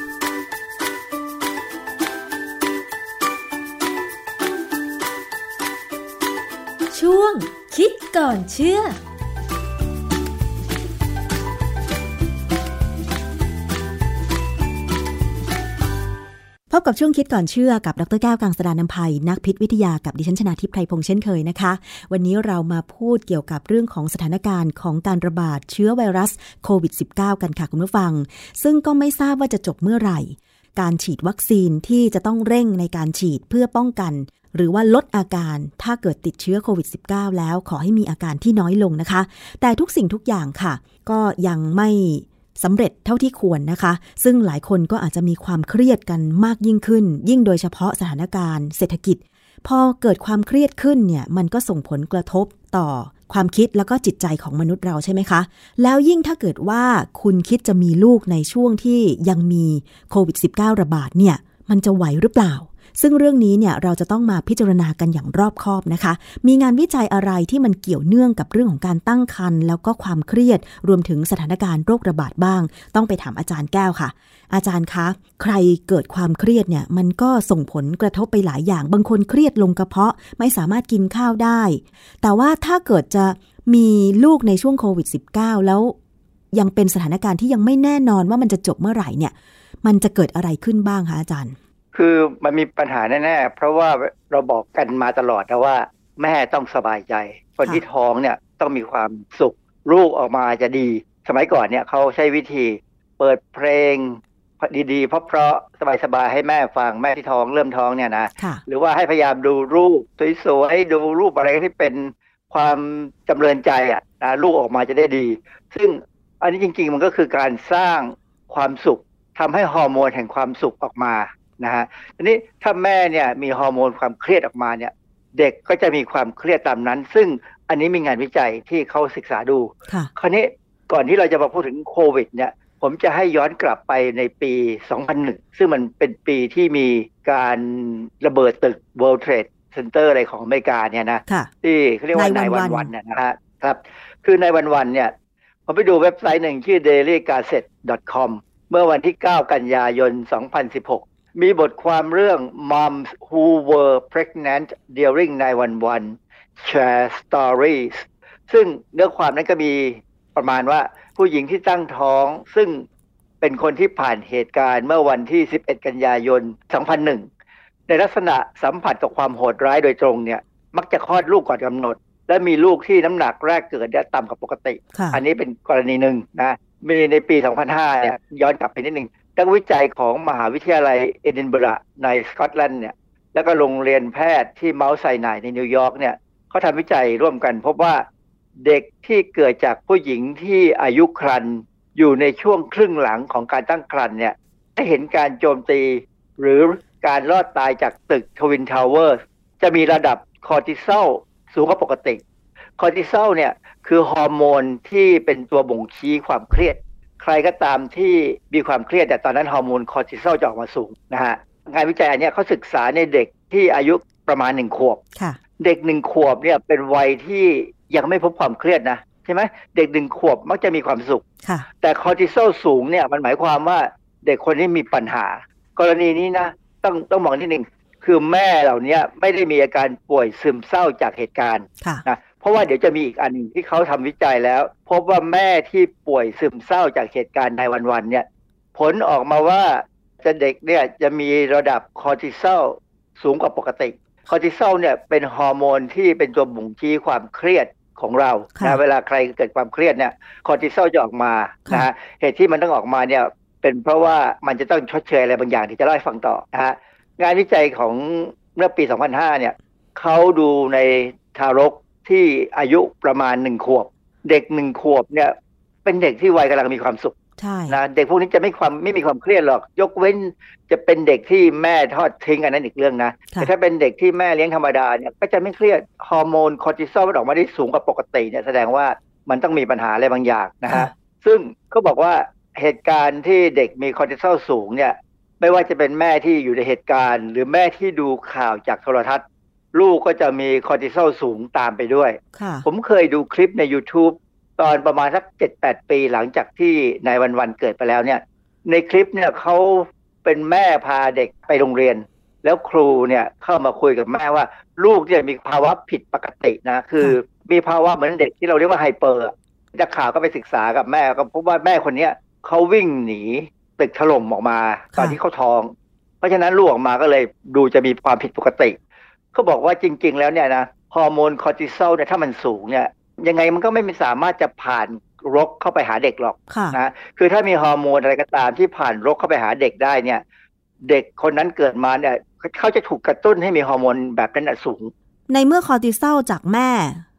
ช่วงคิดก่อนเชื่อพบกับช่วงคิดก่อนเชื่อกับดร.แก้วกังสดาลอำไพนักพิษวิทยากับดิฉันชนาทิพย์ไพรพงษ์เช่นเคยนะคะวันนี้เรามาพูดเกี่ยวกับเรื่องของสถานการณ์ของการระบาดเชื้อไวรัสโควิด สิบเก้า กันค่ะคุณผู้ฟังซึ่งก็ไม่ทราบว่าจะจบเมื่อไหร่การฉีดวัคซีนที่จะต้องเร่งในการฉีดเพื่อป้องกันหรือว่าลดอาการถ้าเกิดติดเชื้อโควิด สิบเก้า แล้วขอให้มีอาการที่น้อยลงนะคะแต่ทุกสิ่งทุกอย่างค่ะก็ยังไม่สำเร็จเท่าที่ควรนะคะซึ่งหลายคนก็อาจจะมีความเครียดกันมากยิ่งขึ้นยิ่งโดยเฉพาะสถานการณ์เศรษฐกิจพอเกิดความเครียดขึ้นเนี่ยมันก็ส่งผลกระทบต่อความคิดแล้วก็จิตใจของมนุษย์เราใช่ไหมคะแล้วยิ่งถ้าเกิดว่าคุณคิดจะมีลูกในช่วงที่ยังมีโควิด สิบเก้า ระบาดเนี่ยมันจะไหวหรือเปล่าซึ่งเรื่องนี้เนี่ยเราจะต้องมาพิจารณากันอย่างรอบคอบนะคะมีงานวิจัยอะไรที่มันเกี่ยวเนื่องกับเรื่องของการตั้งครรภ์แล้วก็ความเครียดรวมถึงสถานการณ์โรคระบาดบ้างต้องไปถามอาจารย์แก้วค่ะอาจารย์คะใครเกิดความเครียดเนี่ยมันก็ส่งผลกระทบไปหลายอย่างบางคนเครียดลงกระเพาะไม่สามารถกินข้าวได้แต่ว่าถ้าเกิดจะมีลูกในช่วงโควิด สิบเก้า แล้วยังเป็นสถานการณ์ที่ยังไม่แน่นอนว่ามันจะจบเมื่อไหร่เนี่ยมันจะเกิดอะไรขึ้นบ้างคะอาจารย์คือมันมีปัญหาแน่ๆเพราะว่าเราบอกกันมาตลอดนะว่าแม่ต้องสบายใจคนที่ท้องเนี่ยต้องมีความสุขลูกออกมาจะดีสมัยก่อนเนี่ยเขาใช้วิธีเปิดเพลงดีๆเพราะๆสบายๆให้แม่ฟังแม่ที่ท้องเริ่มท้องเนี่ยนะหรือว่าให้พยายามดูรูปสวยๆดูรูปอะไรที่เป็นความจำเริญใจอ่ะนะลูกออกมาจะได้ดีซึ่งอันนี้จริงๆมันก็คือการสร้างความสุขทำให้ฮอร์โมนแห่งความสุขออกมานะฮะทีนี้ถ้าแม่เนี่ยมีฮอร์โมนความเครียดออกมาเนี่ยเด็กก็จะมีความเครียดตามนั้นซึ่งอันนี้มีงานวิจัยที่เขาศึกษาดูคราวนี้ก่อนที่เราจะมาพูดถึงโควิดเนี่ยผมจะให้ย้อนกลับไปในปี สองพันหนึ่ง ซึ่งมันเป็นปีที่มีการระเบิดตึก World Trade Center อะไรของอเมริกาเนี่ยนะที่เขาเรียกว่า ไนน์ วัน วัน เนี่ยนะฮะครับคือ ไนน์ วัน วัน เนี่ยผมไปดูเว็บไซต์หนึ่งชื่อ เดลี่กาเซ็ต ดอท คอม เมื่อวันที่เก้ากันยายนสองพันสิบหกมีบทความเรื่อง Moms Who Were Pregnant During ไนน์ วัน วัน Share Stories ซึ่งเนื้อความนั้นก็มีประมาณว่าผู้หญิงที่ตั้งท้องซึ่งเป็นคนที่ผ่านเหตุการณ์เมื่อวันที่สิบเอ็ดกันยายนสองพันหนึ่งในลักษณะสัมผัสกับความโหดร้ายโดยตรงเนี่ยมักจะคลอดลูกก่อนกำหนดและมีลูกที่น้ำหนักแรกเกิดเนี่ยต่ำกว่าปกติอันนี้เป็นกรณีหนึ่งนะมีในปีสองพันห้าเนี่ยย้อนกลับไปนิดนึงนักวิจัยของมหาวิทยาลัยเอดินบะระในสกอตแลนด์เนี่ยแล้วก็โรงเรียนแพทย์ที่เมาท์ไซนายในนิวยอร์กเนี่ยเขาทำวิจัยร่วมกันพบว่าเด็กที่เกิดจากผู้หญิงที่อายุครรภ์อยู่ในช่วงครึ่งหลังของการตั้งครรภ์เนี่ยได้เห็นการโจมตีหรือการรอดตายจากตึกทวินทาวเวอร์จะมีระดับคอร์ติซอลสูงกว่าปกติคอร์ติซอลเนี่ยคือฮอร์โมนที่เป็นตัวบ่งชี้ความเครียดใครก็ตามที่มีความเครียดแต่ตอนนั้นฮอร์โมนคอร์ติซอลจะออกมาสูงนะฮะงานวิจัยอันนี้เขาศึกษาในเด็กที่อายุประมาณหนึ่งขวบเด็กหนึ่งขวบเนี่ยเป็นวัยที่ยังไม่พบความเครียดนะใช่ไหมเด็กหนึ่งขวบมักจะมีความสุขแต่คอร์ติซอลสูงเนี่ยมันหมายความว่าเด็กคนนี้มีปัญหากรณีนี้นะต้องต้องมองที่หนึ่งคือแม่เหล่านี้ไม่ได้มีอาการป่วยซึมเศร้าจากเหตุการณ์นะเพราะว่าเดี๋ยวจะมีอีกอันนึงที่เขาทำวิจัยแล้วพบว่าแม่ที่ป่วยซึมเศร้าจากเหตุการณ์ในวันๆเนี่ยผลออกมาว่าจะเด็กเนี่ยจะมีระดับคอร์ติซอลสูงกว่าปกติคอร์ติซอลเนี่ยเป็นฮอร์โมนที่เป็นตัวบ่งชี้ความเครียดของเรานะเวลาใครเกิดความเครียดเนี่ยคอร์ติซอลจะออกมานะฮะเหตุที่มันต้องออกมาเนี่ยเป็นเพราะว่ามันจะต้องชดเชยอะไรบางอย่างที่จะเล่าให้ฟังต่อนะฮะงานวิจัยของเมื่อปี สองพันห้า เนี่ยเขาดูในทารกที่อายุประมาณหนึ่งขวบเด็กหนึ่งขวบเนี่ยเป็นเด็กที่วัยกำลังมีความสุขนะเด็กพวกนี้จะไม่ความไม่มีความเครียดหรอกยกเว้นจะเป็นเด็กที่แม่ทอดทิ้งอันนั้นอีกเรื่องนะแต่ถ้าเป็นเด็กที่แม่เลี้ยงธรรมดาเนี่ยก็จะไม่เครียดฮอร์โมนคอร์ติซอลมันออกมาได้สูงกว่าปกติเนี่ยแสดงว่ามันต้องมีปัญหาอะไรบางอย่างนะฮะซึ่งเขาบอกว่าเหตุการณ์ที่เด็กมีคอร์ติซอลสูงเนี่ยไม่ว่าจะเป็นแม่ที่อยู่ในเหตุการณ์หรือแม่ที่ดูข่าวจากโทรทัศน์ลูกก็จะมีคอร์ติซอลสูงตามไปด้วยผมเคยดูคลิปใน YouTube ตอนประมาณสัก เจ็ดแปด ปีหลังจากที่นายวันๆเกิดไปแล้วเนี่ยในคลิปเนี่ยเขาเป็นแม่พาเด็กไปโรงเรียนแล้วครูเนี่ยเข้ามาคุยกับแม่ว่าลูกเนี่ยมีภาวะผิดปกตินะคือมีภาวะเหมือนเด็กที่เราเรียกว่าไฮเปอร์นักข่าวก็ไปศึกษากับแม่ก็พบว่าแม่คนนี้เขาวิ่งหนีตึกถล่มออกมาตอนที่เขาท้องเพราะฉะนั้นลูกออกมาก็เลยดูจะมีความผิดปกติเขาบอกว่าจริงๆแล้วเนี่ยนะฮอร์โมนคอร์ติซอลเนี่ยถ้ามันสูงเนี่ยยังไงมันก็ไม่สามารถจะผ่านรกเข้าไปหาเด็กหรอกนะคือถ้ามีฮอร์โมนอะไรก็ตามที่ผ่านรกเข้าไปหาเด็กได้เนี่ยเด็กคนนั้นเกิดมาเนี่ยเขาจะถูกกระตุ้นให้มีฮอร์โมนแบบนั้นสูงในเมื่อคอร์ติซอลจากแม่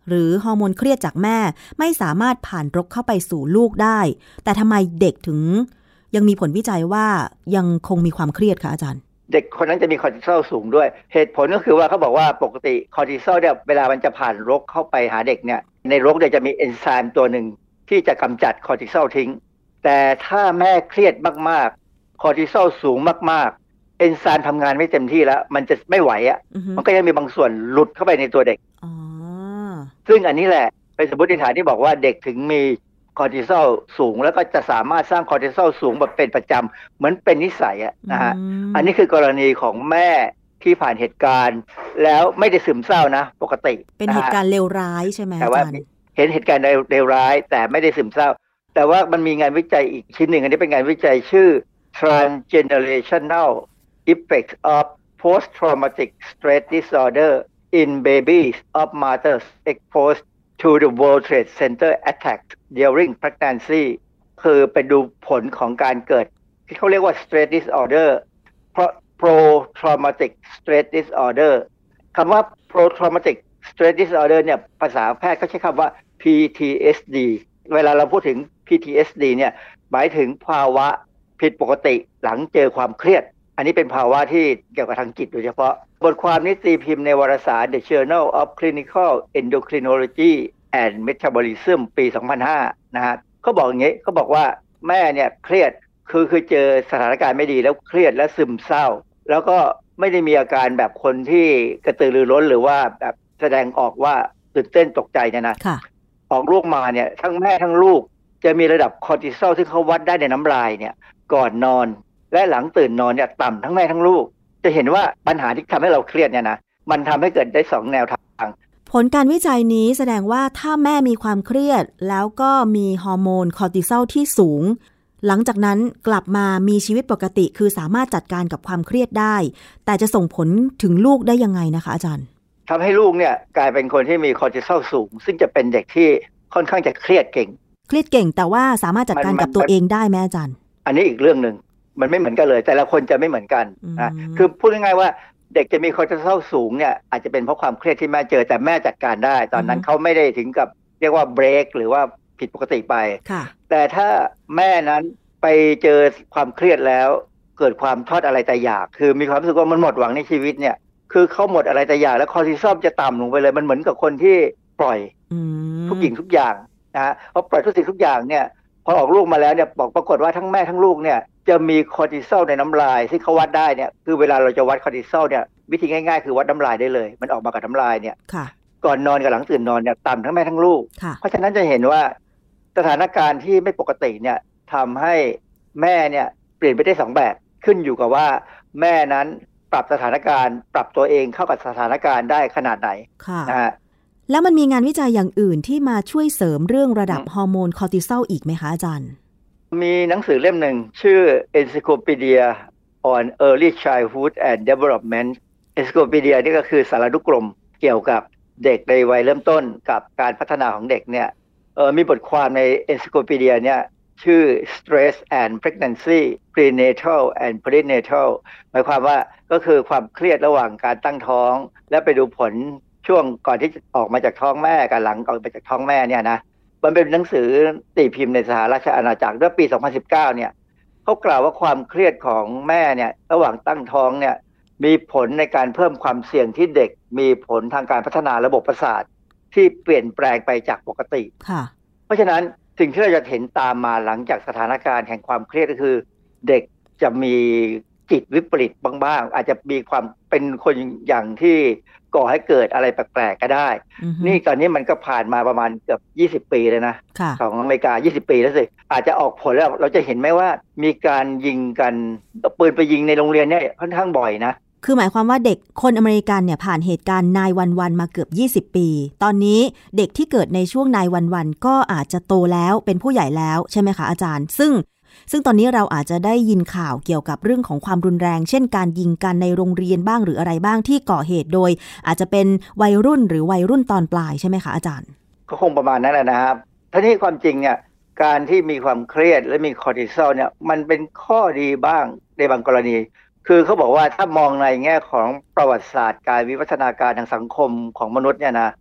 หรือฮอร์โมนเครียดจากแม่ไม่สามารถผ่านรกเข้าไปสู่ลูกได้แต่ทำไมเด็กถึงยังมีผลวิจัยว่ายังคงมีความเครียดคะอาจารย์เด็กคนนั้นจะมีคอร์ติซอลสูงด้วยเหตุผลก็คือว่าเขาบอกว่าปกติคอร์ติซอลเนี่ยเวลามันจะผ่านรกเข้าไปหาเด็กเนี่ยในรกเนี่ยจะมีเอนไซม์ตัวหนึ่งที่จะกำจัดคอร์ติซอลทิ้งแต่ถ้าแม่เครียดมากๆคอร์ติซอลสูงมากๆเอนไซม์ทำงานไม่เต็มที่แล้วมันจะไม่ไหวอ่ะ uh-huh. มันก็ยังมีบางส่วนหลุดเข้าไปในตัวเด็ก uh-huh. ซึ่งอันนี้แหละเป็นสมมติฐานที่บอกว่าเด็กถึงมีคอร์ติซอลสูงแล้วก็จะสามารถสร้างคอร์ติซอลสูงแบบเป็นประจำเหมือนเป็นนิสัยอะนะฮะ uh-huh. อันนี้คือกรณีของแม่ที่ผ่านเหตุการณ์แล้วไม่ได้ซึมเศร้านะปกติเป็นเหตุการณ์เลวร้ายใช่ไหมแต่ว่าเห็นเหตุการณ์เลวร้ายแต่ไม่ได้ซึมเศร้าแต่ว่ามันมีงานวิจัยอีกชิ้นหนึ่งอันนี้เป็นงานวิจัยชื่อ Transgenerational Effects of Post-Traumatic Stress Disorder in Babies of Mothers Exposed to the World Trade Center Attack During Pregnancy คือไปดูผลของการเกิดที่เขาเรียกว่า Stress Disorder Pro-Traumatic Stress Disorder คำว่า Pro-Traumatic Stress Disorder เนี่ยภาษาแพทย์เขาใช้คำว่า พี ที เอส ดี เวลาเราพูดถึง พี ที เอส ดี เนี่ยหมายถึงภาวะผิดปกติหลังเจอความเครียดอันนี้เป็นภาวะที่เกี่ยวกับทางจิตโดยเฉพาะบทความนี้ตีพิมพ์ในวารสาร The Journal of Clinical Endocrinology and Metabolism ปี สองพันห้า นะฮะเขาบอกอย่างนี้เขาบอกว่าแม่เนี่ยเครียดคือคือเจอสถานการณ์ไม่ดีแล้วเครียดและซึมเศร้าแล้วก็ไม่ได้มีอาการแบบคนที่กระตือรือร้นหรือว่าแบบแสดงออกว่าตื่นเต้นตกใจเนี่ยนะออกลูกมาเนี่ยทั้งแม่ทั้งลูกจะมีระดับคอร์ติซอลที่เขาวัดได้ในน้ำลายเนี่ยก่อนนอนและหลังตื่นนอนเนี่ยต่ำทั้งแม่ทั้งลูกจะเห็นว่าปัญหาที่ทำให้เราเครียดเนี่ยนะมันทำให้เกิดได้สองแนวทางผลการวิจัยนี้แสดงว่าถ้าแม่มีความเครียดแล้วก็มีฮอร์โมนคอร์ติซอลที่สูงหลังจากนั้นกลับมามีชีวิตปกติคือสามารถจัดการกับความเครียดได้แต่จะส่งผลถึงลูกได้ยังไงนะคะอาจารย์ทำให้ลูกเนี่ยกลายเป็นคนที่มีคอร์ติซอลสูงซึ่งจะเป็นเด็กที่ค่อนข้างจะเครียดเก่งเครียดเก่งแต่ว่าสามารถจัดการกับตัวเองได้ไหมอาจารย์อันนี้อีกเรื่องนึงมันไม่เหมือนกันเลยแต่ละคนจะไม่เหมือนกันนะคือพูดง่ายๆว่าเด็กจะมีคอร์ติซอลสูงเนี่ยอาจจะเป็นเพราะความเครียดที่แม่เจอแต่แม่จัดการได้ตอนนั้นเขาไม่ได้ถึงกับเรียกว่าเบรกหรือว่าผิดปกติไปแต่ถ้าแม่นั้นไปเจอความเครียดแล้วเกิดความทอดอะไรแต่อยากคือมีความรู้สึกว่ามันหมดหวังในชีวิตเนี่ยคือเขาหมดอะไรแต่อยากแล้วคอร์ติซอลจะต่ำลงไปเลยมันเหมือนกับคนที่ปล่อยทุกสิ่งทุกอย่างนะพอปล่อยทุกสิ่งทุกอย่างเนี่ยพอออกลูกมาแล้วเนี่ยบอกปรากฏว่าทั้งแม่ทั้งลูกเนี่ยจะมีคอร์ติซอลในน้ำลายที่เขาวัดได้เนี่ยคือเวลาเราจะวัดคอร์ติซอลเนี่ยวิธีง่ายๆคือวัดน้ำลายได้เลยมันออกมากับน้ำลายเนี่ยก่อนนอนกับหลังตื่นนอนเนี่ยต่ำทั้งแม่ทั้งลูกเพราะฉะนั้นจะเห็นว่าสถานการณ์ที่ไม่ปกติเนี่ยทำให้แม่เนี่ยเปลี่ยนไปได้สองแบบขึ้นอยู่กับว่าแม่นั้นปรับสถานการณ์ปรับตัวเองเข้ากับสถานการณ์ได้ขนาดไหนนะฮะแล้วมันมีงานวิจัยอย่างอื่นที่มาช่วยเสริมเรื่องระดับฮอร์โมนคอร์ติซอลอีกไหมคะอาจารย์มีหนังสือเล่มหนึ่งชื่อ Encyclopedia on Early Childhood and Development Encyclopedia นี่ก็คือสารานุกรมเกี่ยวกับเด็กในวัยเริ่มต้นกับการพัฒนาของเด็กเนี่ยเออมีบทความใน Encyclopedia เนี่ยชื่อ Stress and Pregnancy Prenatal and Perinatal หมายความว่าก็คือความเครียดระหว่างการตั้งท้องและไปดูผลช่วงก่อนที่จะออกมาจากท้องแม่กับหลังออกมาจากท้องแม่เนี่ยนะมันเป็นหนังสือตีพิมพ์ในสหราชอาณาจักรเมื่อปีสองพันสิบเก้าเนี่ยเขากล่าวว่าความเครียดของแม่เนี่ยระหว่างตั้งท้องเนี่ยมีผลในการเพิ่มความเสี่ยงที่เด็กมีผลทางการพัฒนาระบบประสาทที่เปลี่ยนแปลงไปจากปกติเพราะฉะนั้นสิ่งที่เราจะเห็นตามมาหลังจากสถานการณ์แห่งความเครียดก็คือเด็กจะมีจิตวิปริตบ้างๆอาจจะมีความเป็นคนอย่างที่ก่อให้เกิดอะไรแปลกๆก็ได้ mm-hmm. นี่ตอนนี้มันก็ผ่านมาประมาณเกือบยี่สิบปีเลยนะของอเมริกายี่สิบปีแล้วสิอาจจะออกผลแล้วเราจะเห็นไหมว่ามีการยิงกันปืนไปยิงในโรงเรียนเนี่ยค่อนข้างบ่อยนะคือหมายความว่าเด็กคนอเมริกันเนี่ยผ่านเหตุการณ์นายวันวันมาเกือบยี่สิบปีตอนนี้เด็กที่เกิดในช่วงนายวันวันก็อาจจะโตแล้วเป็นผู้ใหญ่แล้วใช่ไหมคะอาจารย์ซึ่งซึ่งตอนนี้เราอาจจะได้ยินข่าวเกี่ยวกับเรื่องของความรุนแรงเช่นการยิงกันในโรงเรียนบ้างหรืออะไรบ้างที่ก่อเหตุโดยอาจจะเป็นวัยรุ่นหรือวัยรุ่นตอนปลายใช่ไหมคะอาจารย์ก็คงประมาณนั้นแหละนะครับทีนี้ความจริงเนี่ยการที่มีความเครียดและมีคอร์ติซอลเนี่ยมันเป็นข้อดีบ้างในบางกรณีคือเขาบอกว่าถ้ามองในแง่ของประวัติศาสตร์การวิวัฒนาการทางสังคมของมนุษย์เนี่ยนะใน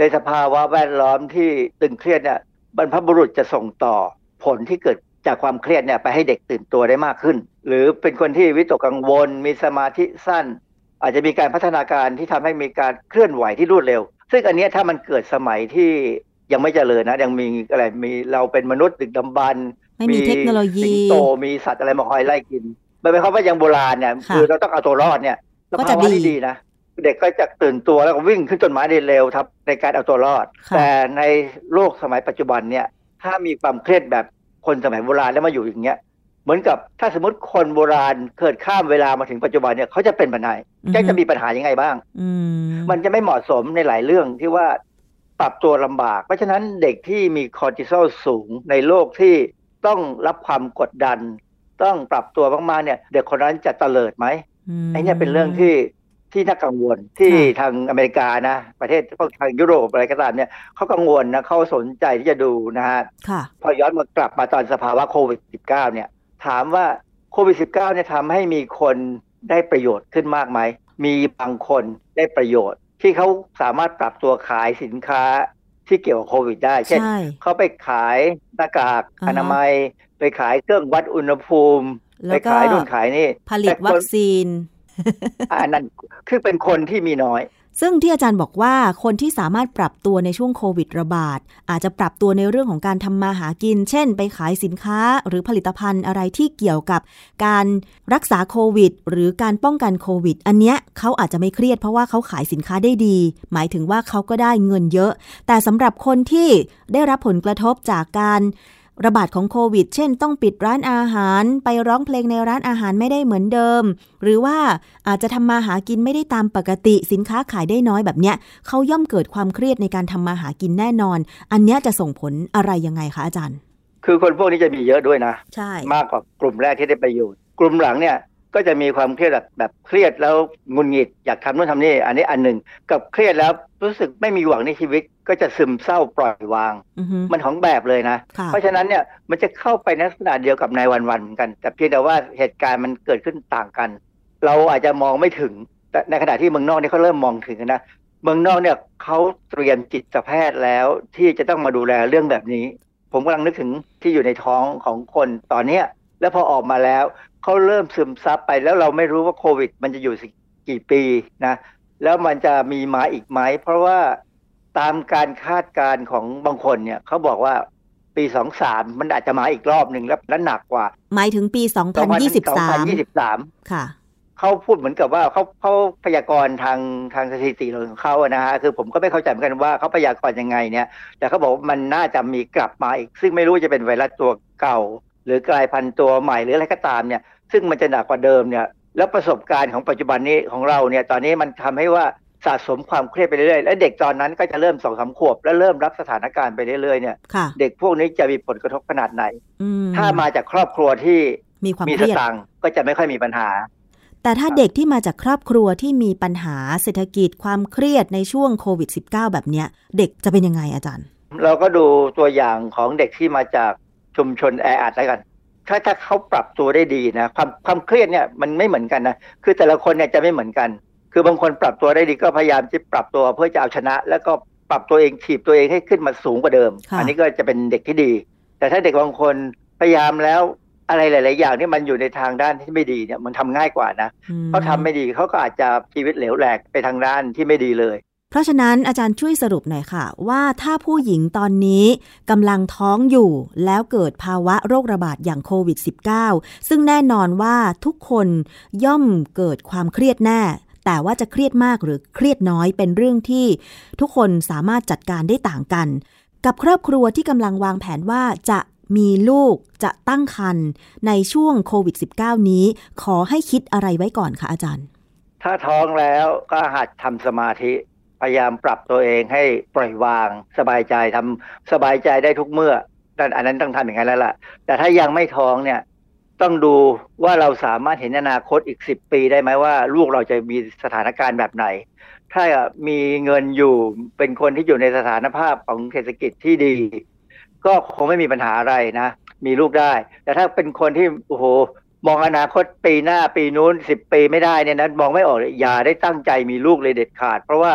ในสภาวะแวดล้อมที่ตึงเครียดเนี่ยบรรพบุรุษจะส่งต่อผลที่เกิดจากความเครียดเนี่ยไปให้เด็กตื่นตัวได้มากขึ้นหรือเป็นคนที่วิตกกังวลมีสมาธิสั้นอาจจะมีการพัฒนาการที่ทำให้มีการเคลื่อนไหวที่รวดเร็วซึ่งอันนี้ถ้ามันเกิดสมัยที่ยังไม่เจริญนะยังมีอะไรมีเราเป็นมนุษย์ดึกดำบรรพ์ไม่มีเทคโนโลยีสิงโตมีสัตว์อะไรมาคอยไล่กินไม่เป็นเพราะว่ายังโบราณเนี่ยคือเราต้องเอาตัวรอดเนี่ยก็จะดีดีนะเด็กก็จะตื่นตัวแล้วก็วิ่งขึ้นต้นไม้ได้เร็วครับในการเอาตัวรอดแต่ในโลกสมัยปัจจุบันเนี่ยถ้ามีความเครียดแบบคนสมัยโบราณแล้วมาอยู่อย่างเงี้ยเหมือนกับถ้าสมมติคนโบราณเกิดข้ามเวลามาถึงปัจจุบันเนี่ยเขาจะเป็นปัญหาจะจะมีปัญหายังไงบ้างมันจะไม่เหมาะสมในหลายเรื่องที่ว่าปรับตัวลำบากเพราะฉะนั้นเด็กที่มีคอร์ติซอลสูงในโลกที่ต้องรับความกดดันต้องปรับตัวมากๆเนี่ยเด็กคนนั้นจะเตลิดไหมไอ้นี่เป็นเรื่องที่ที่น่ากังวลที่ทางอเมริกานะประเทศพวกทางยุโรปอะไรก็ตามเนี่ยเขากังวลนะเขาสนใจที่จะดูนะฮะพอย้อนมากลับมาตอนสภาวะโควิด สิบเก้า เนี่ยถามว่าโควิด สิบเก้า เนี่ยทำให้มีคนได้ประโยชน์ขึ้นมากไหมมีบางคนได้ประโยชน์ที่เขาสามารถปรับตัวขายสินค้าที่เกี่ยวกับโควิดได้เช่นเขาไปขายหน้ากากอนามัยไปขายเครื่องวัดอุณหภูมิไปขายนู่นขายนี่ผลิตวัคซีนอันนั้นคือเป็นคนที่มีน้อยซึ่งที่อาจารย์บอกว่าคนที่สามารถปรับตัวในช่วงโควิดระบาดอาจจะปรับตัวในเรื่องของการทำมาหากินเช่นไปขายสินค้าหรือผลิตภัณฑ์อะไรที่เกี่ยวกับการรักษาโควิดหรือการป้องกันโควิดอันเนี้ยเขาอาจจะไม่เครียดเพราะว่าเขาขายสินค้าได้ดีหมายถึงว่าเขาก็ได้เงินเยอะแต่สำหรับคนที่ได้รับผลกระทบจากการระบาดของโควิดเช่นต้องปิดร้านอาหารไปร้องเพลงในร้านอาหารไม่ได้เหมือนเดิมหรือว่าอาจจะทำมาหากินไม่ได้ตามปกติสินค้าขายได้น้อยแบบเนี้ยเขาย่อมเกิดความเครียดในการทำมาหากินแน่นอนอันเนี้ยจะส่งผลอะไรยังไงคะอาจารย์คือคนพวกนี้จะมีเยอะด้วยนะใช่มากกว่ากลุ่มแรกที่ได้ประโยชน์กลุ่มหลังเนี่ยก็จะมีความเครียดแบบแบบเครียดแล้วงุนงิดอยากทำนู่นทำนี่อันนี้อันหนึ่งกับเครียดแล้วรู้สึกไม่มีหวังในชีวิตก็จะซึมเศร้าปล่อยวาง uh-huh. มันของแบบเลยนะเพราะฉะนั้นเนี่ยมันจะเข้าไปในลักษณะเดียวกับในวันๆเหมือนกันแต่เพียงแต่ว่าเหตุการณ์มันเกิดขึ้นต่างกันเราอาจจะมองไม่ถึงแต่ในขณะที่เมืองนอกนี่เขาเริ่มมองถึงนะเมืองนอกเนี่ยเขาเตรียมจิตแพทย์แล้วที่จะต้องมาดูแลเรื่องแบบนี้ผมกำลังนึกถึงที่อยู่ในท้องของคนตอนนี้แล้วพอออกมาแล้วเขาเริ่มซึมซับไปแล้วเราไม่รู้ว่าโควิดมันจะอยู่กี่ปีนะแล้วมันจะมีมาอีกไหมเพราะว่าตามการคาดการณ์ของบางคนเนี่ยเขาบอกว่าปีสองพันสามมันอาจจะมาอีกรอบนึงแล้วและหนักกว่าหมายถึงปีสองพันยี่สิบสามสองพันยี่สิบสามค่ะเขาพูดเหมือนกับว่าเขาเขาพยากรณ์ทางทางสถิติของเขาอะนะฮะคือผมก็ไม่เข้าใจเหมือนกันว่าเขาพยากรณ์ยังไงเนี่ยแต่เขาบอกว่ามันน่าจะมีกลับมาอีกซึ่งไม่รู้จะเป็นไวรัสตัวเก่าหรือกลายพันธุ์ตัวใหม่หรืออะไรก็ตามเนี่ยซึ่งมันจะหนักกว่าเดิมเนี่ยแล้วประสบการณ์ของปัจจุบันนี้ของเราเนี่ยตอนนี้มันทำให้ว่าสะสมความเครียดไปเรื่อยๆและเด็กตอนนั้นก็จะเริ่ม สองถึงสาม ขวบแล้วเริ่มรับสถานการณ์ไปเรื่อยๆเนี่ยเด็กพวกนี้จะมีผลกระทบขนาดไหนถ้ามาจากครอบครัวที่มีความมีสตางค์ก็จะไม่ค่อยมีปัญหาแต่ถ้าเด็กที่มาจากครอบครัวที่มีปัญหาเศรษฐกิจความเครียดในช่วงโควิด สิบเก้า แบบเนี้ยเด็กจะเป็นยังไงอาจารย์เราก็ดูตัวอย่างของเด็กที่มาจากชุมชนแออัดแล้วกันถ้าถ้าเขาปรับตัวได้ดีนะความความเครียดเนี่ยมันไม่เหมือนกันนะคือแต่ละคนเนี่ยจะไม่เหมือนกันคือบางคนปรับตัวได้ดีก็พยายามที่ปรับตัวเพื่อจะเอาชนะแล้วก็ปรับตัวเองถีบตัวเองให้ขึ้นมาสูงกว่าเดิมอันนี้ก็จะเป็นเด็กที่ดีแต่ถ้าเด็กบางคนพยายามแล้วอะไรหลายๆอย่างที่มันอยู่ในทางด้านที่ไม่ดีเนี่ยมันทำง่ายกว่านะเขาทำไม่ดีเขาก็อาจจะชีวิตเหลวแหลกไปทางด้านที่ไม่ดีเลยเพราะฉะนั้นอาจารย์ช่วยสรุปหน่อยค่ะว่าถ้าผู้หญิงตอนนี้กำลังท้องอยู่แล้วเกิดภาวะโรคระบาดอย่างโควิด สิบเก้า ซึ่งแน่นอนว่าทุกคนย่อมเกิดความเครียดแน่แต่ว่าจะเครียดมากหรือเครียดน้อยเป็นเรื่องที่ทุกคนสามารถจัดการได้ต่างกันกับครอบครัวที่กำลังวางแผนว่าจะมีลูกจะตั้งครรภ์ในช่วงโควิด สิบเก้า นี้ขอให้คิดอะไรไว้ก่อนคะอาจารย์ถ้าท้องแล้วก็หัดทำสมาธิพยายามปรับตัวเองให้ปล่อยวางสบายใจทำสบายใจได้ทุกเมื่ออันนั้นต้องทำอย่างนั้นแล้วล่ะแต่ถ้ายังไม่ท้องเนี่ยต้องดูว่าเราสามารถเห็นอนาคตอีกสิบปีได้ไหมว่าลูกเราจะมีสถานการณ์แบบไหนถ้ามีเงินอยู่เป็นคนที่อยู่ในสถานภาพของเศรษฐกิจที่ดีก็คงไม่มีปัญหาอะไรนะมีลูกได้แต่ถ้าเป็นคนที่โอ้โหมองอนาคตปีหน้าปีนู้นสิบปีไม่ได้เนี่ยนะมองไม่ออกอย่าได้ตั้งใจมีลูกเลยเด็ดขาดเพราะว่า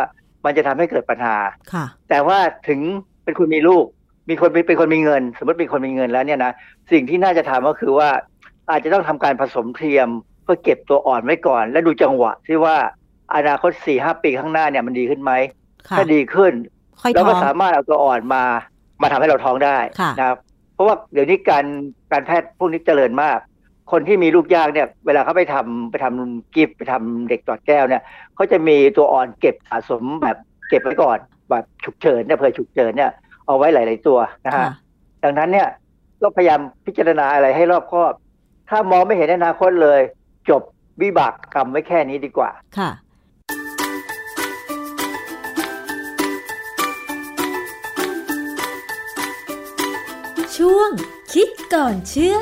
มันจะทำให้เกิดปัญหาค่ะแต่ว่าถึงเป็นคนมีลูกมีคนเป็นคนมีเงินสมมติเป็นคนมีเงินแล้วเนี่ยนะสิ่งที่น่าจะทำก็คือว่าอาจจะต้องทำการผสมเทียมเพื่อเก็บตัวอ่อนไว้ก่อนและดูจังหวะที่ว่าอนาคต สี่ห้า ปีข้างหน้าเนี่ยมันดีขึ้นไหมถ้าดีขึ้นเราก็สามารถเอาตัวอ่อนมามาทำให้เราท้องได้นะครับเพราะว่าเดี๋ยวนี้การการแพทย์พวกนี้เจริญมากคนที่มีลูกยากเนี่ยเวลาเขาไปทำไปทำกิฟต์ไปทำเด็กตอดแก้วเนี่ยเขาจะมีตัวอ่อนเก็บสะสมแบบเก็บไว้ก่อนแบบฉุกเฉินเนี่ยเผื่อฉุกเฉินเนี่ยเอาไว้หลายๆตัวนะฮะดังนั้นเนี่ยก็พยายามพิจารณาอะไรให้รอบคอบถ้ามองไม่เห็นอนาคตเลยจบวิบากกรรมไว้แค่นี้ดีกว่าค่ะช่วงคิดก่อนเชื่อ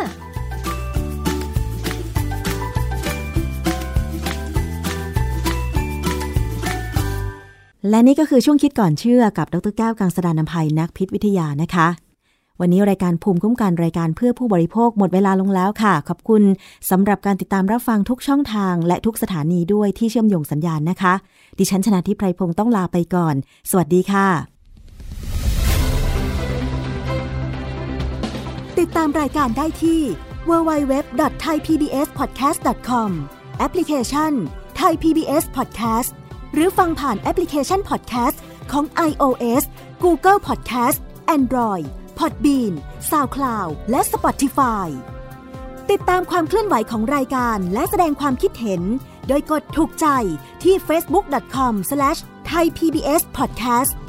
และนี่ก็คือช่วงคิดก่อนเชื่อกับดร.แก้วกังสดาลอำไพนักพิษวิทยานะคะวันนี้รายการภูมิคุ้มกันรายการเพื่อผู้บริโภคหมดเวลาลงแล้วค่ะขอบคุณสำหรับการติดตามรับฟังทุกช่องทางและทุกสถานีด้วยที่เชื่อมโยงสัญญาณนะคะดิฉันชนาธิปไพพงศ์ต้องลาไปก่อนสวัสดีค่ะติดตามรายการได้ที่ ดับเบิลยู ดับเบิลยู ดับเบิลยู ดอท ไทย พี บี เอส พอดแคสต์ ดอท คอม แอปพลิเคชัน Thai พี บี เอส Podcast หรือฟังผ่านแอปพลิเคชัน Podcast ของ iOS Google Podcast Android Podbean SoundCloud และ Spotify ติดตามความเคลื่อนไหวของรายการและแสดงความคิดเห็นโดยกดถูกใจที่ เฟซบุ๊ก ดอท คอม สแลช ไทย พี บี เอส พอดแคสต์